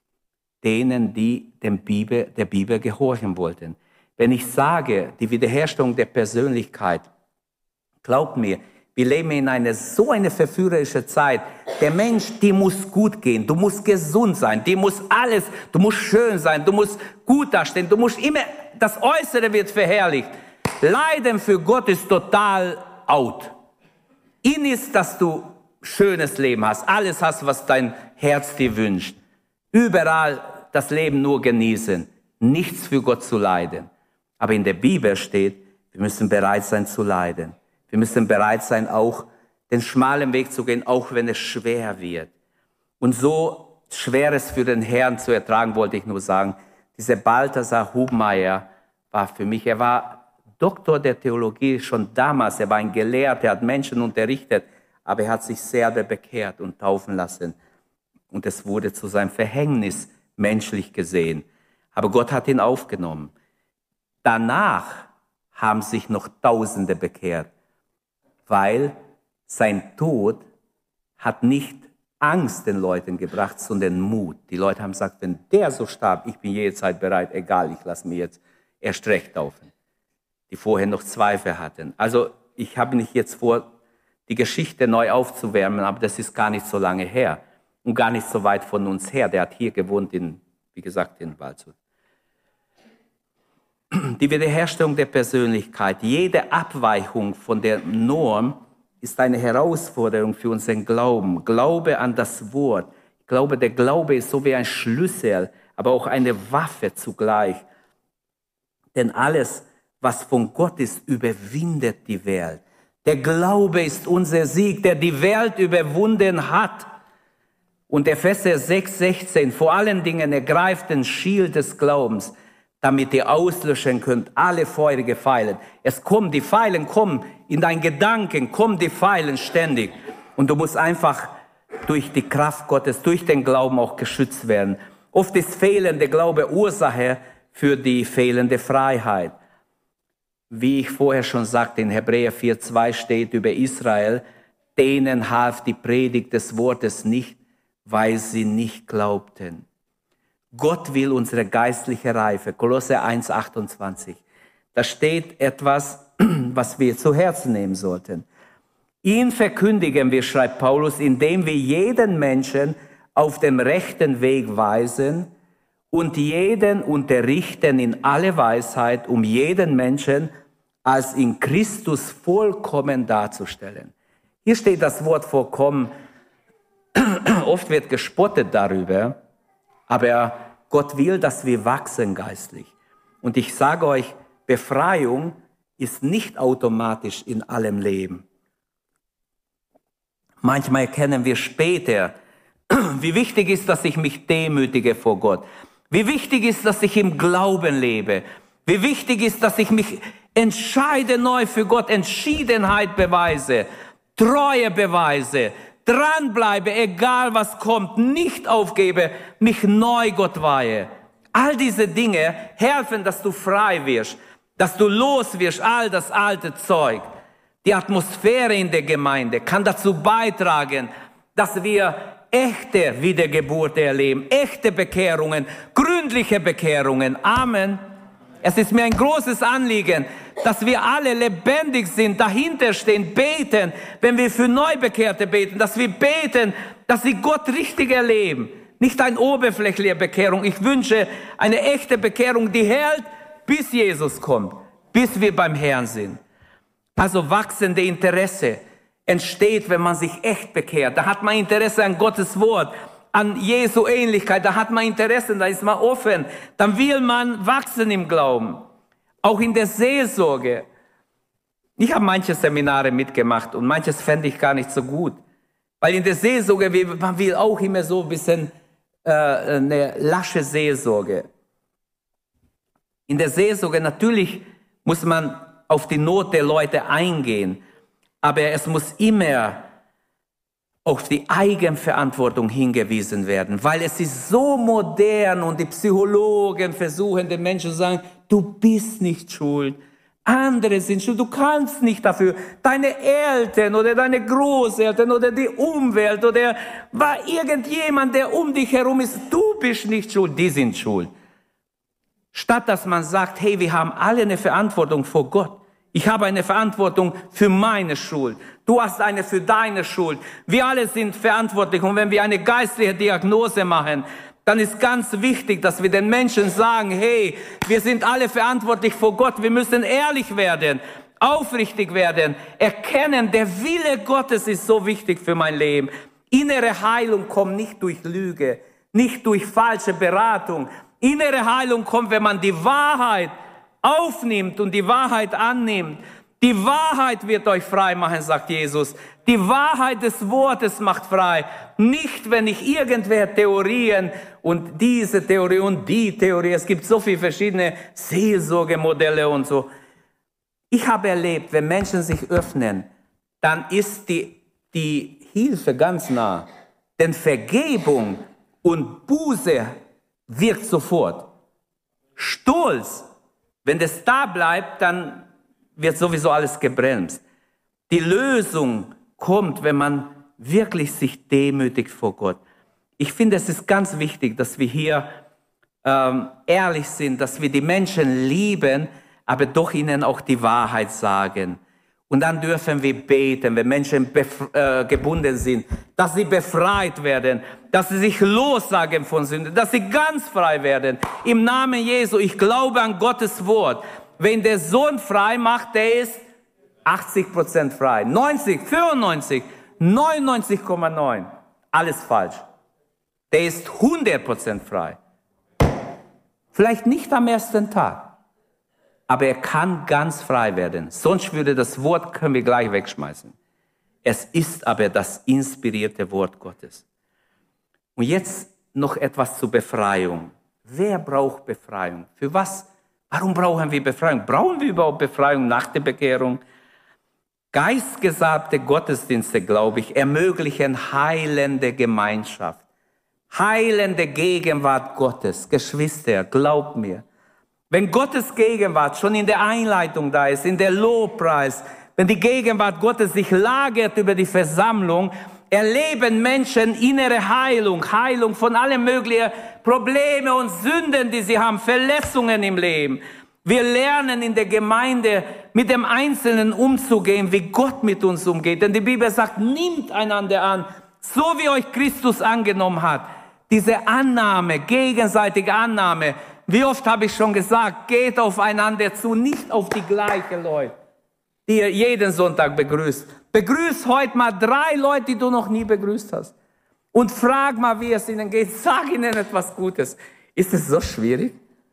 denen, die dem Bibel, der Bibel gehorchen wollten. Wenn ich sage, die Wiederherstellung der Persönlichkeit, glaubt mir, wir leben in einer so eine verführerische Zeit. Der Mensch, die muss gut gehen, du musst gesund sein, die muss alles, du musst schön sein, du musst gut dastehen, du musst immer, das Äußere wird verherrlicht. Leiden für Gott ist total out. In ist, dass du schönes Leben hast, alles hast, was dein Herz dir wünscht. Überall das Leben nur genießen, nichts für Gott zu leiden. Aber in der Bibel steht, wir müssen bereit sein zu leiden. Wir müssen bereit sein, auch den schmalen Weg zu gehen, auch wenn es schwer wird. Und so Schweres für den Herrn zu ertragen, wollte ich nur sagen, dieser Balthasar Hubmeier war für mich, er war Doktor der Theologie schon damals, er war ein Gelehrter, er hat Menschen unterrichtet, aber er hat sich selber bekehrt und taufen lassen. Und es wurde zu seinem Verhängnis menschlich gesehen. Aber Gott hat ihn aufgenommen. Danach haben sich noch Tausende bekehrt, weil sein Tod hat nicht Angst den Leuten gebracht, sondern Mut. Die Leute haben gesagt, wenn der so starb, ich bin jederzeit bereit, egal, ich lasse mich jetzt erst recht taufen. Die vorher noch Zweifel hatten. Also ich habe nicht jetzt vor, die Geschichte neu aufzuwärmen, aber das ist gar nicht so lange her und gar nicht so weit von uns her. Der hat hier gewohnt, in, wie gesagt, in Waldshut. Die Wiederherstellung der Persönlichkeit, jede Abweichung von der Norm ist eine Herausforderung für unseren Glauben. Glaube an das Wort. Ich glaube, der Glaube ist so wie ein Schlüssel, aber auch eine Waffe zugleich. Denn alles, was von Gott ist, überwindet die Welt. Der Glaube ist unser Sieg, der die Welt überwunden hat. Und Epheser sechs sechzehn, vor allen Dingen ergreift den Schild des Glaubens, damit ihr auslöschen könnt alle feurige Pfeile. Es kommen, die Pfeilen kommen in deinen Gedanken, kommen die Pfeilen ständig. Und du musst einfach durch die Kraft Gottes, durch den Glauben auch geschützt werden. Oft ist fehlende Glaube Ursache für die fehlende Freiheit. Wie ich vorher schon sagte, in Hebräer vier zwei steht über Israel, denen half die Predigt des Wortes nicht, weil sie nicht glaubten. Gott will unsere geistliche Reife. Kolosser eins achtundzwanzig. Da steht etwas, was wir zu Herzen nehmen sollten. Ihn verkündigen wir, schreibt Paulus, indem wir jeden Menschen auf dem rechten Weg weisen und jeden unterrichten in alle Weisheit, um jeden Menschen als in Christus vollkommen darzustellen. Hier steht das Wort vollkommen. Oft wird gespottet darüber, aber Gott will, dass wir wachsen geistlich. Und ich sage euch, Befreiung ist nicht automatisch in allem Leben. Manchmal erkennen wir später, wie wichtig ist, dass ich mich demütige vor Gott. Wie wichtig ist, dass ich im Glauben lebe. Wie wichtig ist, dass ich mich entscheide neu für Gott, Entschiedenheit beweise, Treue beweise, dranbleibe, egal was kommt, nicht aufgebe, mich neu Gott weihe. All diese Dinge helfen, dass du frei wirst, dass du los wirst, all das alte Zeug. Die Atmosphäre in der Gemeinde kann dazu beitragen, dass wir echte Wiedergeburt erleben, echte Bekehrungen, gründliche Bekehrungen. Amen. Es ist mir ein großes Anliegen, dass wir alle lebendig sind, dahinter stehen, beten, wenn wir für Neubekehrte beten, dass wir beten, dass sie Gott richtig erleben. Nicht eine oberflächliche Bekehrung. Ich wünsche eine echte Bekehrung, die hält, bis Jesus kommt, bis wir beim Herrn sind. Also wachsende Interesse entsteht, wenn man sich echt bekehrt. Da hat man Interesse an Gottes Wort, an Jesu Ähnlichkeit, da hat man Interesse, da ist man offen. Dann will man wachsen im Glauben. Auch in der Seelsorge. Ich habe manche Seminare mitgemacht und manches fände ich gar nicht so gut. Weil in der Seelsorge, man will auch immer so ein bisschen äh, eine lasche Seelsorge. In der Seelsorge natürlich muss man auf die Not der Leute eingehen, aber es muss immer auf die Eigenverantwortung hingewiesen werden, weil es ist so modern und die Psychologen versuchen den Menschen zu sagen, du bist nicht schuld, andere sind schuld, du kannst nicht dafür, deine Eltern oder deine Großeltern oder die Umwelt oder war irgendjemand, der um dich herum ist, du bist nicht schuld, die sind schuld. Statt dass man sagt, hey, wir haben alle eine Verantwortung vor Gott. Ich habe eine Verantwortung für meine Schuld. Du hast eine für deine Schuld. Wir alle sind verantwortlich. Und wenn wir eine geistliche Diagnose machen, dann ist ganz wichtig, dass wir den Menschen sagen, hey, wir sind alle verantwortlich vor Gott. Wir müssen ehrlich werden, aufrichtig werden, erkennen, der Wille Gottes ist so wichtig für mein Leben. Innere Heilung kommt nicht durch Lüge, nicht durch falsche Beratung. Innere Heilung kommt, wenn man die Wahrheit aufnimmt und die Wahrheit annimmt. Die Wahrheit wird euch frei machen, sagt Jesus. Die Wahrheit des Wortes macht frei. Nicht, wenn ich irgendwer Theorien und diese Theorie und die Theorie, es gibt so viele verschiedene Seelsorgemodelle und so. Ich habe erlebt, wenn Menschen sich öffnen, dann ist die, die Hilfe ganz nah. Denn Vergebung und Buße wirkt sofort. Stolz, wenn das da bleibt, dann wird sowieso alles gebremst. Die Lösung kommt, wenn man wirklich sich demütigt vor Gott. Ich finde, es ist ganz wichtig, dass wir hier ähm, ehrlich sind, dass wir die Menschen lieben, aber doch ihnen auch die Wahrheit sagen. Und dann dürfen wir beten, wenn Menschen äh, gebunden sind, dass sie befreit werden, dass sie sich lossagen von Sünde, dass sie ganz frei werden. Im Namen Jesu, ich glaube an Gottes Wort. Wenn der Sohn frei macht, der ist achtzig Prozent frei. neunzig, fünfundneunzig, neunundneunzig Komma neun. Alles falsch. Der ist hundert Prozent frei. Vielleicht nicht am ersten Tag. Aber er kann ganz frei werden. Sonst würde das Wort, können wir gleich wegschmeißen. Es ist aber das inspirierte Wort Gottes. Und jetzt noch etwas zur Befreiung. Wer braucht Befreiung? Für was? Warum brauchen wir Befreiung? Brauchen wir überhaupt Befreiung nach der Bekehrung? Geistgesalbte Gottesdienste, glaube ich, ermöglichen heilende Gemeinschaft. Heilende Gegenwart Gottes. Geschwister, glaubt mir. Wenn Gottes Gegenwart schon in der Einleitung da ist, in der Lobpreis, wenn die Gegenwart Gottes sich lagert über die Versammlung, erleben Menschen innere Heilung, Heilung von allen möglichen Problemen und Sünden, die sie haben, Verletzungen im Leben. Wir lernen in der Gemeinde mit dem Einzelnen umzugehen, wie Gott mit uns umgeht. Denn die Bibel sagt, nimmt einander an, so wie euch Christus angenommen hat. Diese Annahme, gegenseitige Annahme. Wie oft habe ich schon gesagt, geht aufeinander zu, nicht auf die gleichen Leute, die ihr jeden Sonntag begrüßt. Begrüß heute mal drei Leute, die du noch nie begrüßt hast. Und frag mal, wie es ihnen geht. Sag ihnen etwas Gutes. Ist es so schwierig?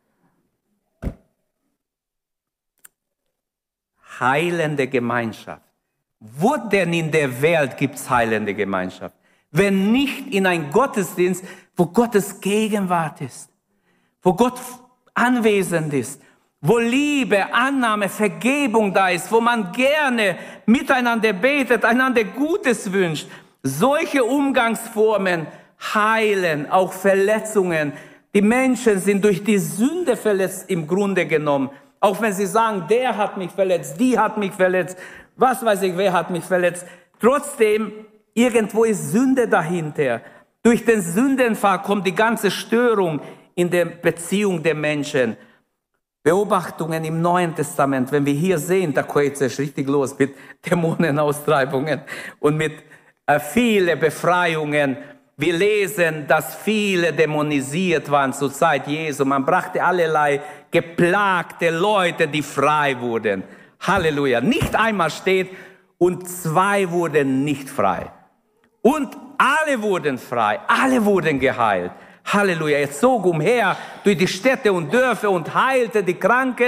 Heilende Gemeinschaft. Wo denn in der Welt gibt es heilende Gemeinschaft? Wenn nicht in ein Gottesdienst, wo Gottes Gegenwart ist. Wo Gott anwesend ist, wo Liebe, Annahme, Vergebung da ist, wo man gerne miteinander betet, einander Gutes wünscht. Solche Umgangsformen heilen auch Verletzungen. Die Menschen sind durch die Sünde verletzt im Grunde genommen. Auch wenn sie sagen, der hat mich verletzt, die hat mich verletzt, was weiß ich, wer hat mich verletzt. Trotzdem, irgendwo ist Sünde dahinter. Durch den Sündenfall kommt die ganze Störung in der Beziehung der Menschen. Beobachtungen im Neuen Testament, wenn wir hier sehen, da geht es richtig los mit Dämonenaustreibungen und mit äh, vielen Befreiungen. Wir lesen, dass viele dämonisiert waren zur Zeit Jesu. Man brachte allerlei geplagte Leute, die frei wurden. Halleluja. Nicht einmal steht, und zwei wurden nicht frei. Und alle wurden frei, alle wurden geheilt. Halleluja, er zog umher durch die Städte und Dörfer und heilte die Kranken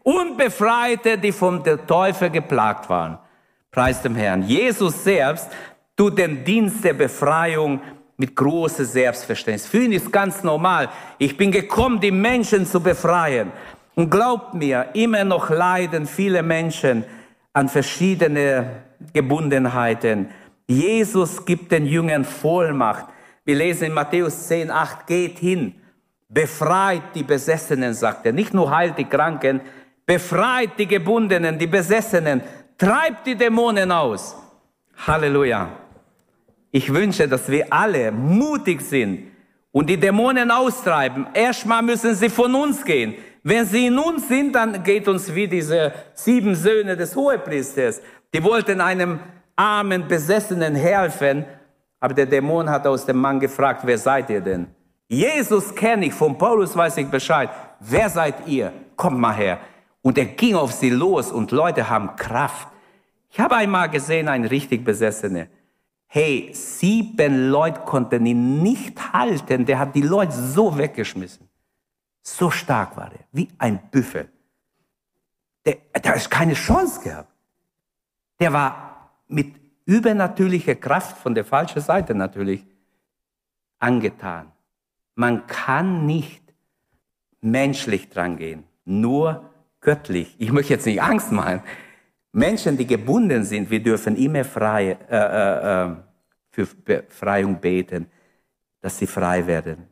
und befreite, die vom Teufel geplagt waren. Preis dem Herrn. Jesus selbst tut den Dienst der Befreiung mit großem Selbstverständnis. Für ihn ist ganz normal. Ich bin gekommen, die Menschen zu befreien. Und glaubt mir, immer noch leiden viele Menschen an verschiedene Gebundenheiten. Jesus gibt den Jüngern Vollmacht. Wir lesen in Matthäus zehn, acht, geht hin, befreit die Besessenen, sagt er. Nicht nur heilt die Kranken, befreit die Gebundenen, die Besessenen, treibt die Dämonen aus. Halleluja. Ich wünsche, dass wir alle mutig sind und die Dämonen austreiben. Erstmal müssen sie von uns gehen. Wenn sie in uns sind, dann geht uns wie diese sieben Söhne des Hohepriesters. Die wollten einem armen Besessenen helfen, aber der Dämon hat aus dem Mann gefragt, wer seid ihr denn? Jesus kenne ich, von Paulus weiß ich Bescheid. Wer seid ihr? Kommt mal her. Und er ging auf sie los und Leute haben Kraft. Ich habe einmal gesehen, einen richtig Besessenen. Hey, sieben Leute konnten ihn nicht halten. Der hat die Leute so weggeschmissen. So stark war er, wie ein Büffel. Der, der hat keine Chance gehabt. Der war mit übernatürlicher Kraft, von der falschen Seite natürlich, angetan. Man kann nicht menschlich dran gehen, nur göttlich. Ich möchte jetzt nicht Angst machen. Menschen, die gebunden sind, wir dürfen immer frei, äh, äh, für Befreiung beten, dass sie frei werden.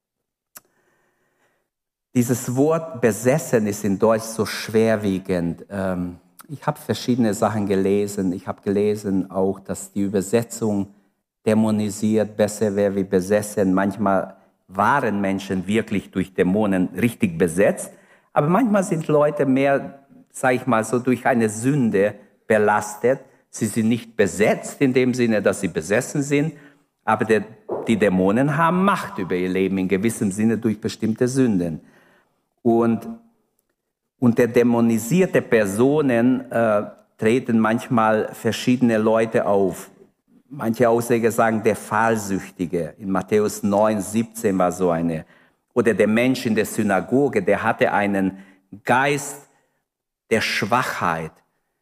Dieses Wort besessen ist in Deutsch so schwerwiegend. Ähm, ich habe verschiedene Sachen gelesen. Ich habe gelesen auch, dass die Übersetzung dämonisiert besser wäre wie besessen. Manchmal waren Menschen wirklich durch Dämonen richtig besetzt, aber manchmal sind Leute mehr, sage ich mal, so durch eine Sünde belastet. Sie sind nicht besetzt in dem Sinne, dass sie besessen sind, aber der, die Dämonen haben Macht über ihr Leben in gewissem Sinne durch bestimmte Sünden. Und unter dämonisierte Personen äh, treten manchmal verschiedene Leute auf. Manche Ausleger sagen, der Fallsüchtige. In Matthäus neun, siebzehn war so eine. Oder der Mensch in der Synagoge, der hatte einen Geist der Schwachheit.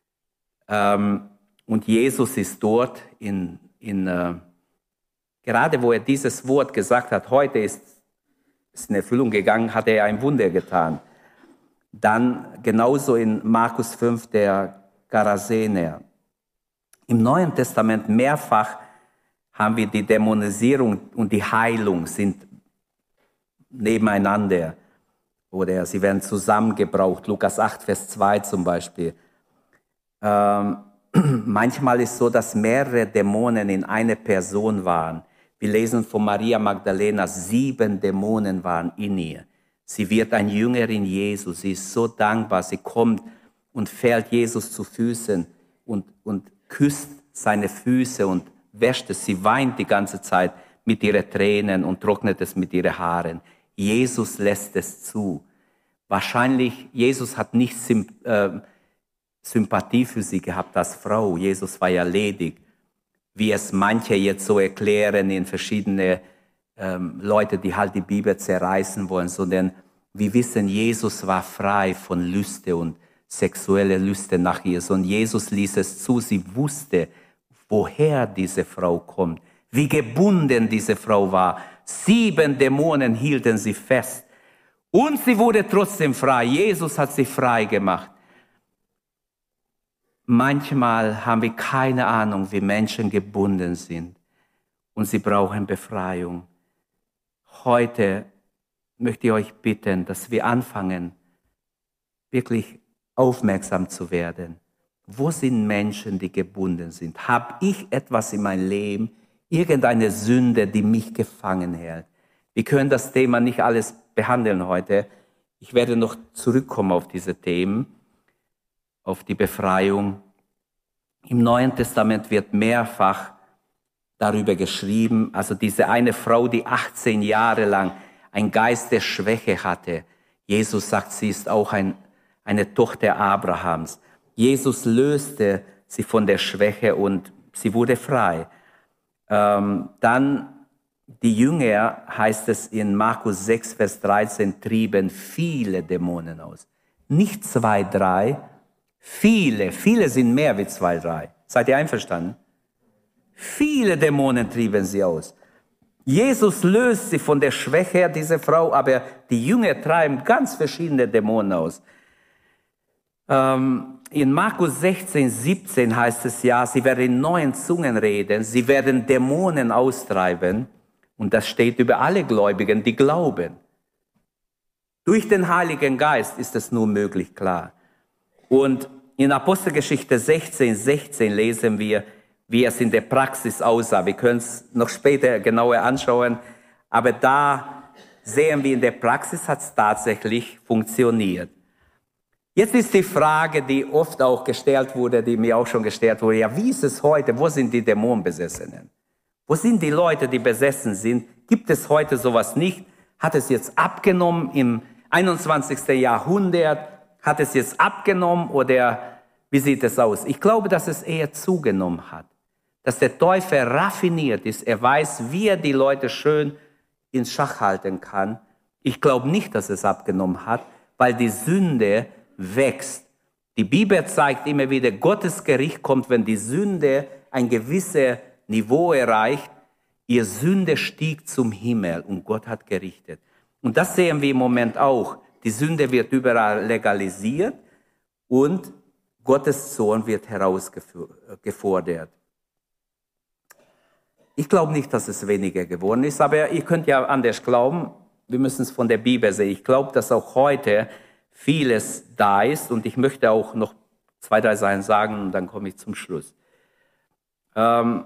Ähm, und Jesus ist dort, in, in, äh, gerade wo er dieses Wort gesagt hat, heute ist ist in Erfüllung gegangen, hat er ein Wunder getan. Dann genauso in Markus fünf, der Garasener. Im Neuen Testament mehrfach haben wir die Dämonisierung und die Heilung sind nebeneinander. Oder sie werden zusammengebraucht. Lukas acht, Vers zwei zum Beispiel. Ähm, manchmal ist es so, dass mehrere Dämonen in einer Person waren. Wir lesen von Maria Magdalena, sieben Dämonen waren in ihr. Sie wird ein Jüngerin Jesu. Sie ist so dankbar. Sie kommt und fällt Jesus zu Füßen und, und küsst seine Füße und wäscht es. Sie weint die ganze Zeit mit ihren Tränen und trocknet es mit ihren Haaren. Jesus lässt es zu. Wahrscheinlich, Jesus hat nicht Symp- äh, Sympathie für sie gehabt als Frau. Jesus war ja ledig. Wie es manche jetzt so erklären in verschiedene ähm, Leute, die halt die Bibel zerreißen wollen, sondern wir wissen, Jesus war frei von Lüste und sexuelle Lüste nach ihr. Und Jesus ließ es zu, sie wusste, woher diese Frau kommt, wie gebunden diese Frau war. Sieben Dämonen hielten sie fest und sie wurde trotzdem frei. Jesus hat sie frei gemacht. Manchmal haben wir keine Ahnung, wie Menschen gebunden sind und sie brauchen Befreiung. Heute möchte ich euch bitten, dass wir anfangen, wirklich aufmerksam zu werden. Wo sind Menschen, die gebunden sind? Habe ich etwas in meinem Leben, irgendeine Sünde, die mich gefangen hält? Wir können das Thema nicht alles behandeln heute. Ich werde noch zurückkommen auf diese Themen. Auf die Befreiung. Im Neuen Testament wird mehrfach darüber geschrieben, also diese eine Frau, die achtzehn Jahre lang einen Geist der Schwäche hatte. Jesus sagt, sie ist auch ein, eine Tochter Abrahams. Jesus löste sie von der Schwäche und sie wurde frei. Ähm, dann die Jünger, heißt es in Markus sechs, Vers dreizehn, trieben viele Dämonen aus. nicht zwei, drei, viele, viele sind mehr wie zwei, drei. Seid ihr einverstanden? Viele Dämonen trieben sie aus. Jesus löst sie von der Schwäche her, diese Frau, aber die Jünger treiben ganz verschiedene Dämonen aus. Ähm, in Markus sechzehn, siebzehn heißt es ja, sie werden in neuen Zungen reden, sie werden Dämonen austreiben. Und das steht über alle Gläubigen, die glauben. Durch den Heiligen Geist ist es nur möglich, klar. Und in Apostelgeschichte sechzehn, sechzehn lesen wir, wie es in der Praxis aussah. Wir können es noch später genauer anschauen, aber da sehen wir, in der Praxis hat es tatsächlich funktioniert. Jetzt ist die Frage, die oft auch gestellt wurde, die mir auch schon gestellt wurde, ja, wie ist es heute? Wo sind die Dämonenbesessenen? Wo sind die Leute, die besessen sind? Gibt es heute sowas nicht? Hat es jetzt abgenommen im einundzwanzigsten Jahrhundert? Hat es jetzt abgenommen oder wie sieht es aus? Ich glaube, dass es eher zugenommen hat. Dass der Teufel raffiniert ist. Er weiß, wie er die Leute schön in Schach halten kann. Ich glaube nicht, dass es abgenommen hat, weil die Sünde wächst. Die Bibel zeigt immer wieder, Gottes Gericht kommt, wenn die Sünde ein gewisses Niveau erreicht. Ihr Sünde stieg zum Himmel und Gott hat gerichtet. Und das sehen wir im Moment auch. Die Sünde wird überall legalisiert und Gottes Zorn wird herausgefordert. Ich glaube nicht, dass es weniger geworden ist, aber ihr könnt ja anders glauben. Wir müssen es von der Bibel sehen. Ich glaube, dass auch heute vieles da ist und ich möchte auch noch zwei, drei Sachen sagen und dann komme ich zum Schluss. Ähm,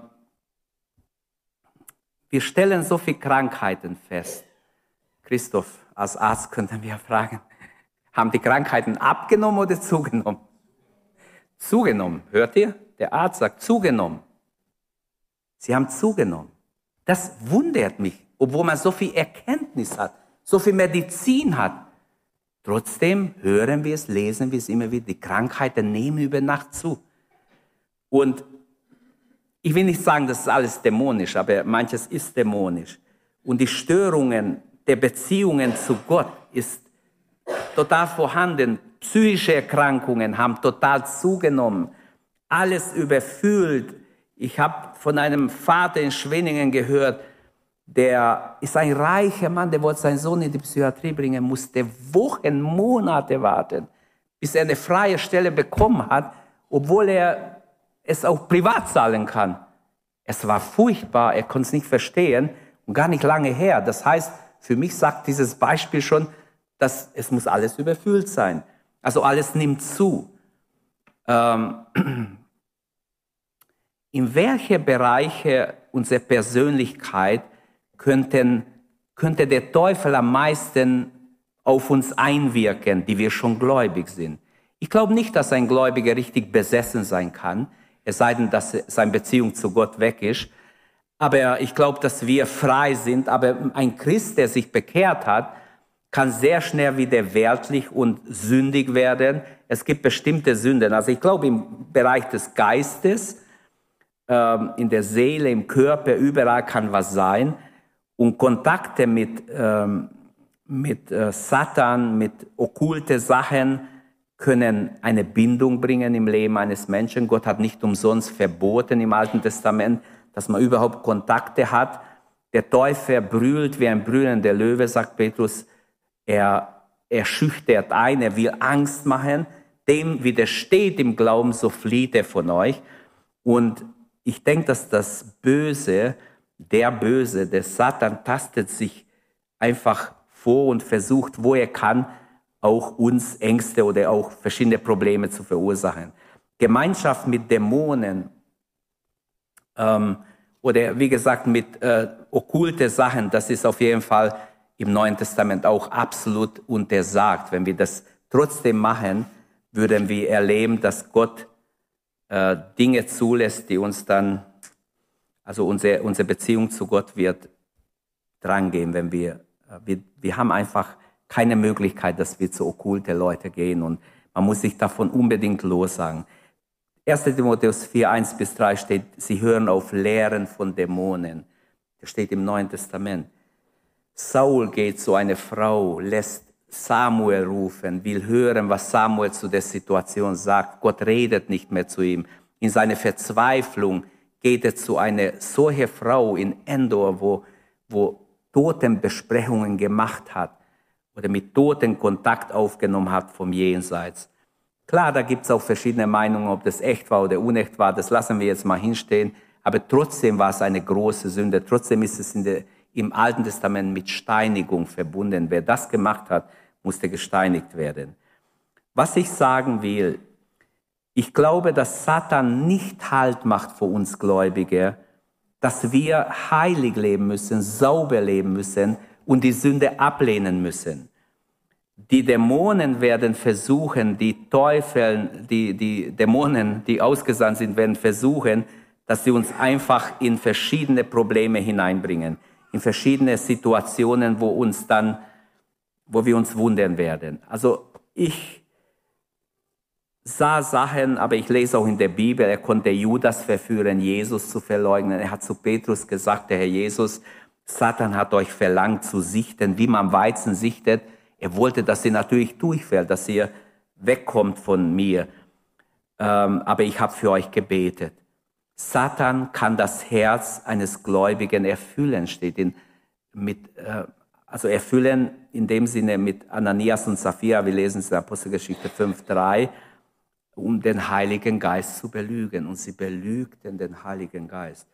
wir stellen so viele Krankheiten fest. Christoph, als Arzt könnten wir fragen, haben die Krankheiten abgenommen oder zugenommen? Zugenommen, hört ihr? Der Arzt sagt zugenommen. Sie haben zugenommen. Das wundert mich, obwohl man so viel Erkenntnis hat, so viel Medizin hat. Trotzdem hören wir es, lesen wir es immer wieder, die Krankheiten nehmen über Nacht zu. Und ich will nicht sagen, das ist alles dämonisch, aber manches ist dämonisch. Und die Störungen der Beziehungen zu Gott ist total vorhanden. Psychische Erkrankungen haben total zugenommen. Alles überfüllt. Ich habe von einem Vater in Schwenningen gehört, der ist ein reicher Mann, der wollte seinen Sohn in die Psychiatrie bringen, musste Wochen, Monate warten, bis er eine freie Stelle bekommen hat, obwohl er es auch privat zahlen kann. Es war furchtbar, er konnte es nicht verstehen und gar nicht lange her. Das heißt, für mich sagt dieses Beispiel schon, dass es muss alles überfüllt sein. Also alles nimmt zu. Ähm, in welche Bereiche unserer Persönlichkeit könnten, könnte der Teufel am meisten auf uns einwirken, die wir schon gläubig sind? Ich glaube nicht, dass ein Gläubiger richtig besessen sein kann, es sei denn, dass seine Beziehung zu Gott weg ist. Aber ich glaube, dass wir frei sind. Aber ein Christ, der sich bekehrt hat, kann sehr schnell wieder weltlich und sündig werden. Es gibt bestimmte Sünden. Also ich glaube, im Bereich des Geistes, ähm, in der Seele, im Körper, überall kann was sein. Und Kontakte mit, ähm, mit äh, Satan, mit okkulte Sachen können eine Bindung bringen im Leben eines Menschen. Gott hat nicht umsonst verboten im Alten Testament, dass man überhaupt Kontakte hat. Der Teufel brüllt wie ein brüllender Löwe, sagt Petrus. Er, er schüchtert ein, er will Angst machen. Dem widersteht im Glauben, so flieht er von euch. Und ich denke, dass das Böse, der Böse, der Satan tastet sich einfach vor und versucht, wo er kann, auch uns Ängste oder auch verschiedene Probleme zu verursachen. Gemeinschaft mit Dämonen ähm, oder wie gesagt mit äh, okkulte Sachen, das ist auf jeden Fall im Neuen Testament auch absolut untersagt. Wenn wir das trotzdem machen, würden wir erleben, dass Gott äh, Dinge zulässt, die uns dann, also unsere, unsere Beziehung zu Gott wird drangehen, wenn wir, äh, wir, wir haben einfach keine Möglichkeit, dass wir zu okkulte Leute gehen und man muss sich davon unbedingt lossagen. erster Timotheus vier, eins bis drei steht, sie hören auf Lehren von Dämonen. Das steht im Neuen Testament. Saul geht zu einer Frau, lässt Samuel rufen, will hören, was Samuel zu der Situation sagt. Gott redet nicht mehr zu ihm. In seiner Verzweiflung geht er zu einer solchen Frau in Endor, wo, wo Totenbesprechungen gemacht hat oder mit Toten Kontakt aufgenommen hat vom Jenseits. Klar, da gibt es auch verschiedene Meinungen, ob das echt war oder unecht war. Das lassen wir jetzt mal hinstehen. Aber trotzdem war es eine große Sünde. Trotzdem ist es in der, im Alten Testament mit Steinigung verbunden. Wer das gemacht hat, musste gesteinigt werden. Was ich sagen will, ich glaube, dass Satan nicht Halt macht für uns Gläubige, dass wir heilig leben müssen, sauber leben müssen und die Sünde ablehnen müssen. Die Dämonen werden versuchen, die Teufel, die, die Dämonen, die ausgesandt sind, werden versuchen, dass sie uns einfach in verschiedene Probleme hineinbringen, in verschiedene Situationen, wo uns dann, wo wir uns wundern werden. Also ich sah Sachen, aber ich lese auch in der Bibel, er konnte Judas verführen, Jesus zu verleugnen. Er hat zu Petrus gesagt, der Herr Jesus, Satan hat euch verlangt zu sichten, wie man Weizen sichtet. Er wollte, dass ihr natürlich durchfällt, dass ihr wegkommt von mir. Ähm, aber ich habe für euch gebetet. Satan kann das Herz eines Gläubigen erfüllen, steht in, mit, äh, also erfüllen in dem Sinne mit Ananias und Sapphira, wir lesen es in Apostelgeschichte fünf drei, um den Heiligen Geist zu belügen. Und sie belügten den Heiligen Geist.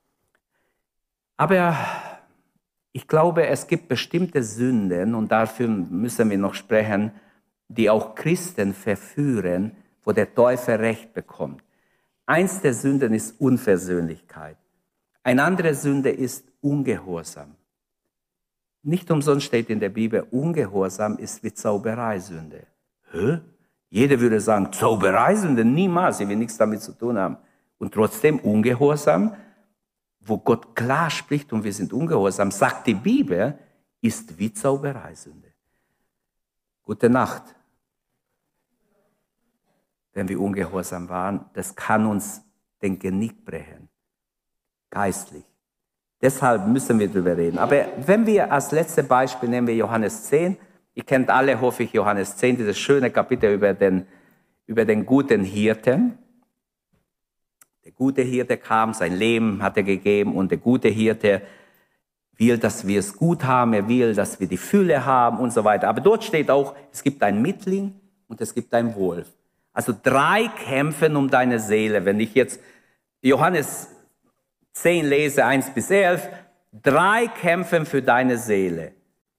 Aber ich glaube, es gibt bestimmte Sünden, und dafür müssen wir noch sprechen, die auch Christen verführen, wo der Teufel Recht bekommt. Eins der Sünden ist Unversöhnlichkeit. Eine andere Sünde ist Ungehorsam. Nicht umsonst steht in der Bibel, Ungehorsam ist wie Zaubereisünde. Hä? Jeder würde sagen, Zaubereisünde, niemals, ich will nichts damit zu tun haben. Und trotzdem Ungehorsam, wo Gott klar spricht und wir sind ungehorsam, sagt die Bibel, ist wie Zaubereisünde. Gute Nacht. Wenn wir ungehorsam waren, das kann uns den Genick brechen. Geistlich. Deshalb müssen wir darüber reden. Aber wenn wir als letztes Beispiel nehmen wir Johannes zehn, ihr kennt alle, hoffe ich, Johannes zehn, dieses schöne Kapitel über den, über den guten Hirten. Der gute Hirte kam, sein Leben hat er gegeben und der gute Hirte will, dass wir es gut haben, er will, dass wir die Fülle haben und so weiter. Aber dort steht auch, es gibt einen Mittling und es gibt einen Wolf. Also drei kämpfen um deine Seele. Wenn ich jetzt Johannes zehn lese, eins bis elf, drei kämpfen für deine Seele.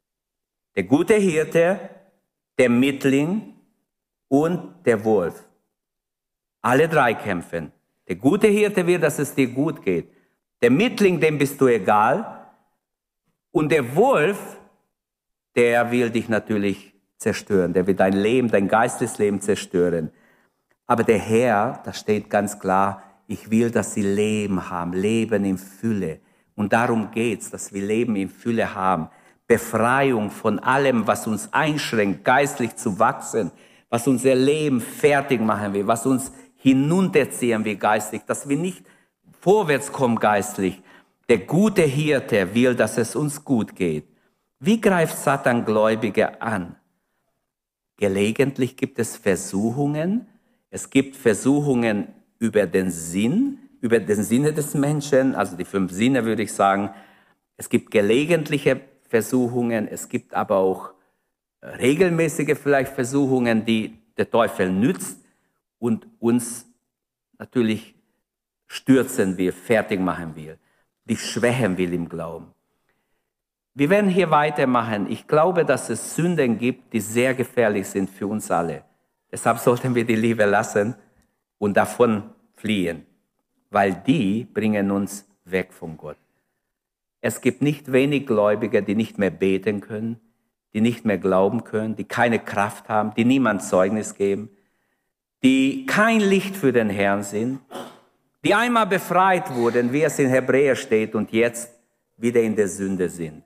Der gute Hirte, der Mittling und der Wolf. Alle drei kämpfen. Der gute Hirte will, dass es dir gut geht. Der Mittling, dem bist du egal. Und der Wolf, der will dich natürlich zerstören. Der will dein Leben, dein geistliches Leben zerstören. Aber der Herr, da steht ganz klar, ich will, dass sie Leben haben, Leben in Fülle. Und darum geht's, dass wir Leben in Fülle haben. Befreiung von allem, was uns einschränkt, geistlich zu wachsen, was unser Leben fertig machen will, was uns hinunterziehen will geistlich, dass wir nicht vorwärts kommen geistlich. Der gute Hirte will, dass es uns gut geht. Wie greift Satan Gläubige an? Gelegentlich gibt es Versuchungen. Es gibt Versuchungen über den Sinn, über den Sinne des Menschen, also die fünf Sinne würde ich sagen. Es gibt gelegentliche Versuchungen, es gibt aber auch regelmäßige vielleicht Versuchungen, die der Teufel nützt und uns natürlich stürzen will, fertig machen will, die schwächen will im Glauben. Wir werden hier weitermachen. Ich glaube, dass es Sünden gibt, die sehr gefährlich sind für uns alle. Deshalb sollten wir die Liebe lassen und davon fliehen, weil die bringen uns weg von Gott. Es gibt nicht wenig Gläubige, die nicht mehr beten können, die nicht mehr glauben können, die keine Kraft haben, die niemand Zeugnis geben, die kein Licht für den Herrn sind, die einmal befreit wurden, wie es in Hebräer steht, und jetzt wieder in der Sünde sind.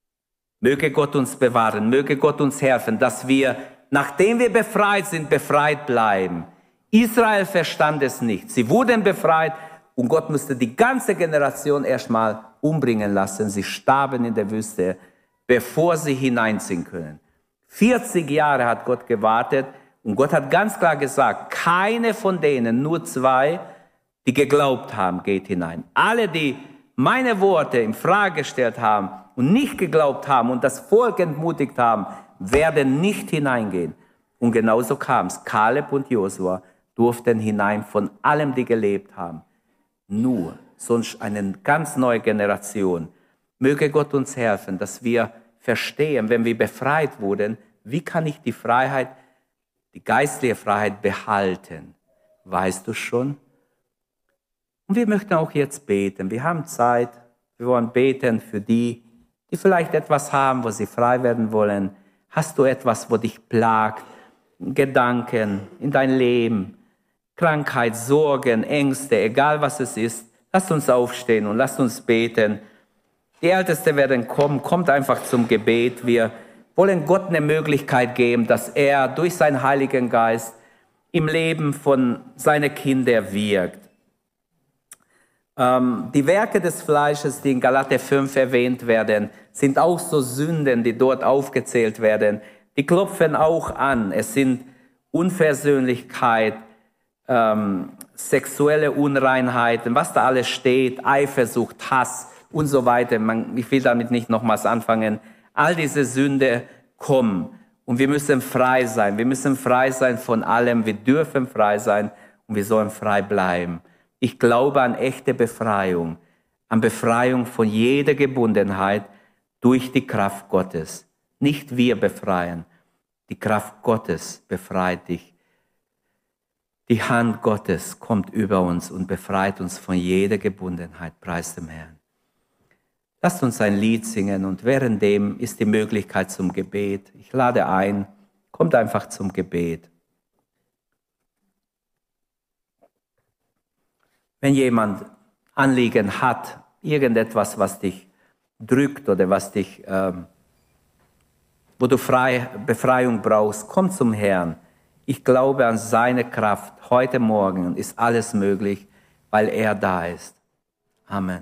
Möge Gott uns bewahren, möge Gott uns helfen, dass wir, nachdem wir befreit sind, befreit bleiben. Israel verstand es nicht. Sie wurden befreit und Gott musste die ganze Generation erstmal umbringen lassen. Sie starben in der Wüste, bevor sie hineinziehen können. vierzig Jahre hat Gott gewartet und Gott hat ganz klar gesagt, keine von denen, nur zwei, die geglaubt haben, geht hinein. Alle, die meine Worte in Frage gestellt haben und nicht geglaubt haben und das Volk entmutigt haben, werden nicht hineingehen. Und genauso kam es. Kaleb und Josua durften hinein von allem, die gelebt haben. Nur, sonst eine ganz neue Generation. Möge Gott uns helfen, dass wir verstehen, wenn wir befreit wurden, wie kann ich die Freiheit, die geistliche Freiheit behalten? Weißt du schon? Und wir möchten auch jetzt beten. Wir haben Zeit. Wir wollen beten für die, die vielleicht etwas haben, wo sie frei werden wollen. Hast du etwas, wo dich plagt? Gedanken in dein Leben, Krankheit, Sorgen, Ängste, egal was es ist. Lasst uns aufstehen und lasst uns beten. Die Ältesten werden kommen. Kommt einfach zum Gebet. Wir wollen Gott eine Möglichkeit geben, dass er durch seinen Heiligen Geist im Leben von seinen Kindern wirkt. Ähm, die Werke des Fleisches, die in Galater fünf erwähnt werden, sind auch so Sünden, die dort aufgezählt werden. Die klopfen auch an. Es sind Unversöhnlichkeit, ähm, sexuelle Unreinheiten, was da alles steht, Eifersucht, Hass und so weiter. Man, ich will damit nicht nochmals anfangen. All diese Sünde kommen und wir müssen frei sein. Wir müssen frei sein von allem. Wir dürfen frei sein und wir sollen frei bleiben. Ich glaube an echte Befreiung, an Befreiung von jeder Gebundenheit durch die Kraft Gottes. Nicht wir befreien, die Kraft Gottes befreit dich. Die Hand Gottes kommt über uns und befreit uns von jeder Gebundenheit. Preis dem Herrn. Lasst uns ein Lied singen und währenddem ist die Möglichkeit zum Gebet. Ich lade ein, kommt einfach zum Gebet. Wenn jemand Anliegen hat, irgendetwas, was dich drückt oder was dich, ähm, wo du frei, Befreiung brauchst, komm zum Herrn. Ich glaube an seine Kraft. Heute Morgen ist alles möglich, weil er da ist. Amen.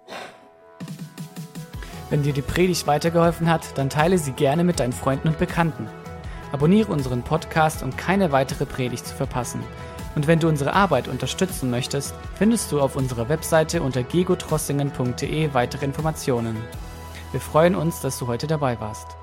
Wenn dir die Predigt weitergeholfen hat, dann teile sie gerne mit deinen Freunden und Bekannten. Abonniere unseren Podcast, um keine weitere Predigt zu verpassen. Und wenn du unsere Arbeit unterstützen möchtest, findest du auf unserer Webseite unter gegotrossingen punkt de weitere Informationen. Wir freuen uns, dass du heute dabei warst.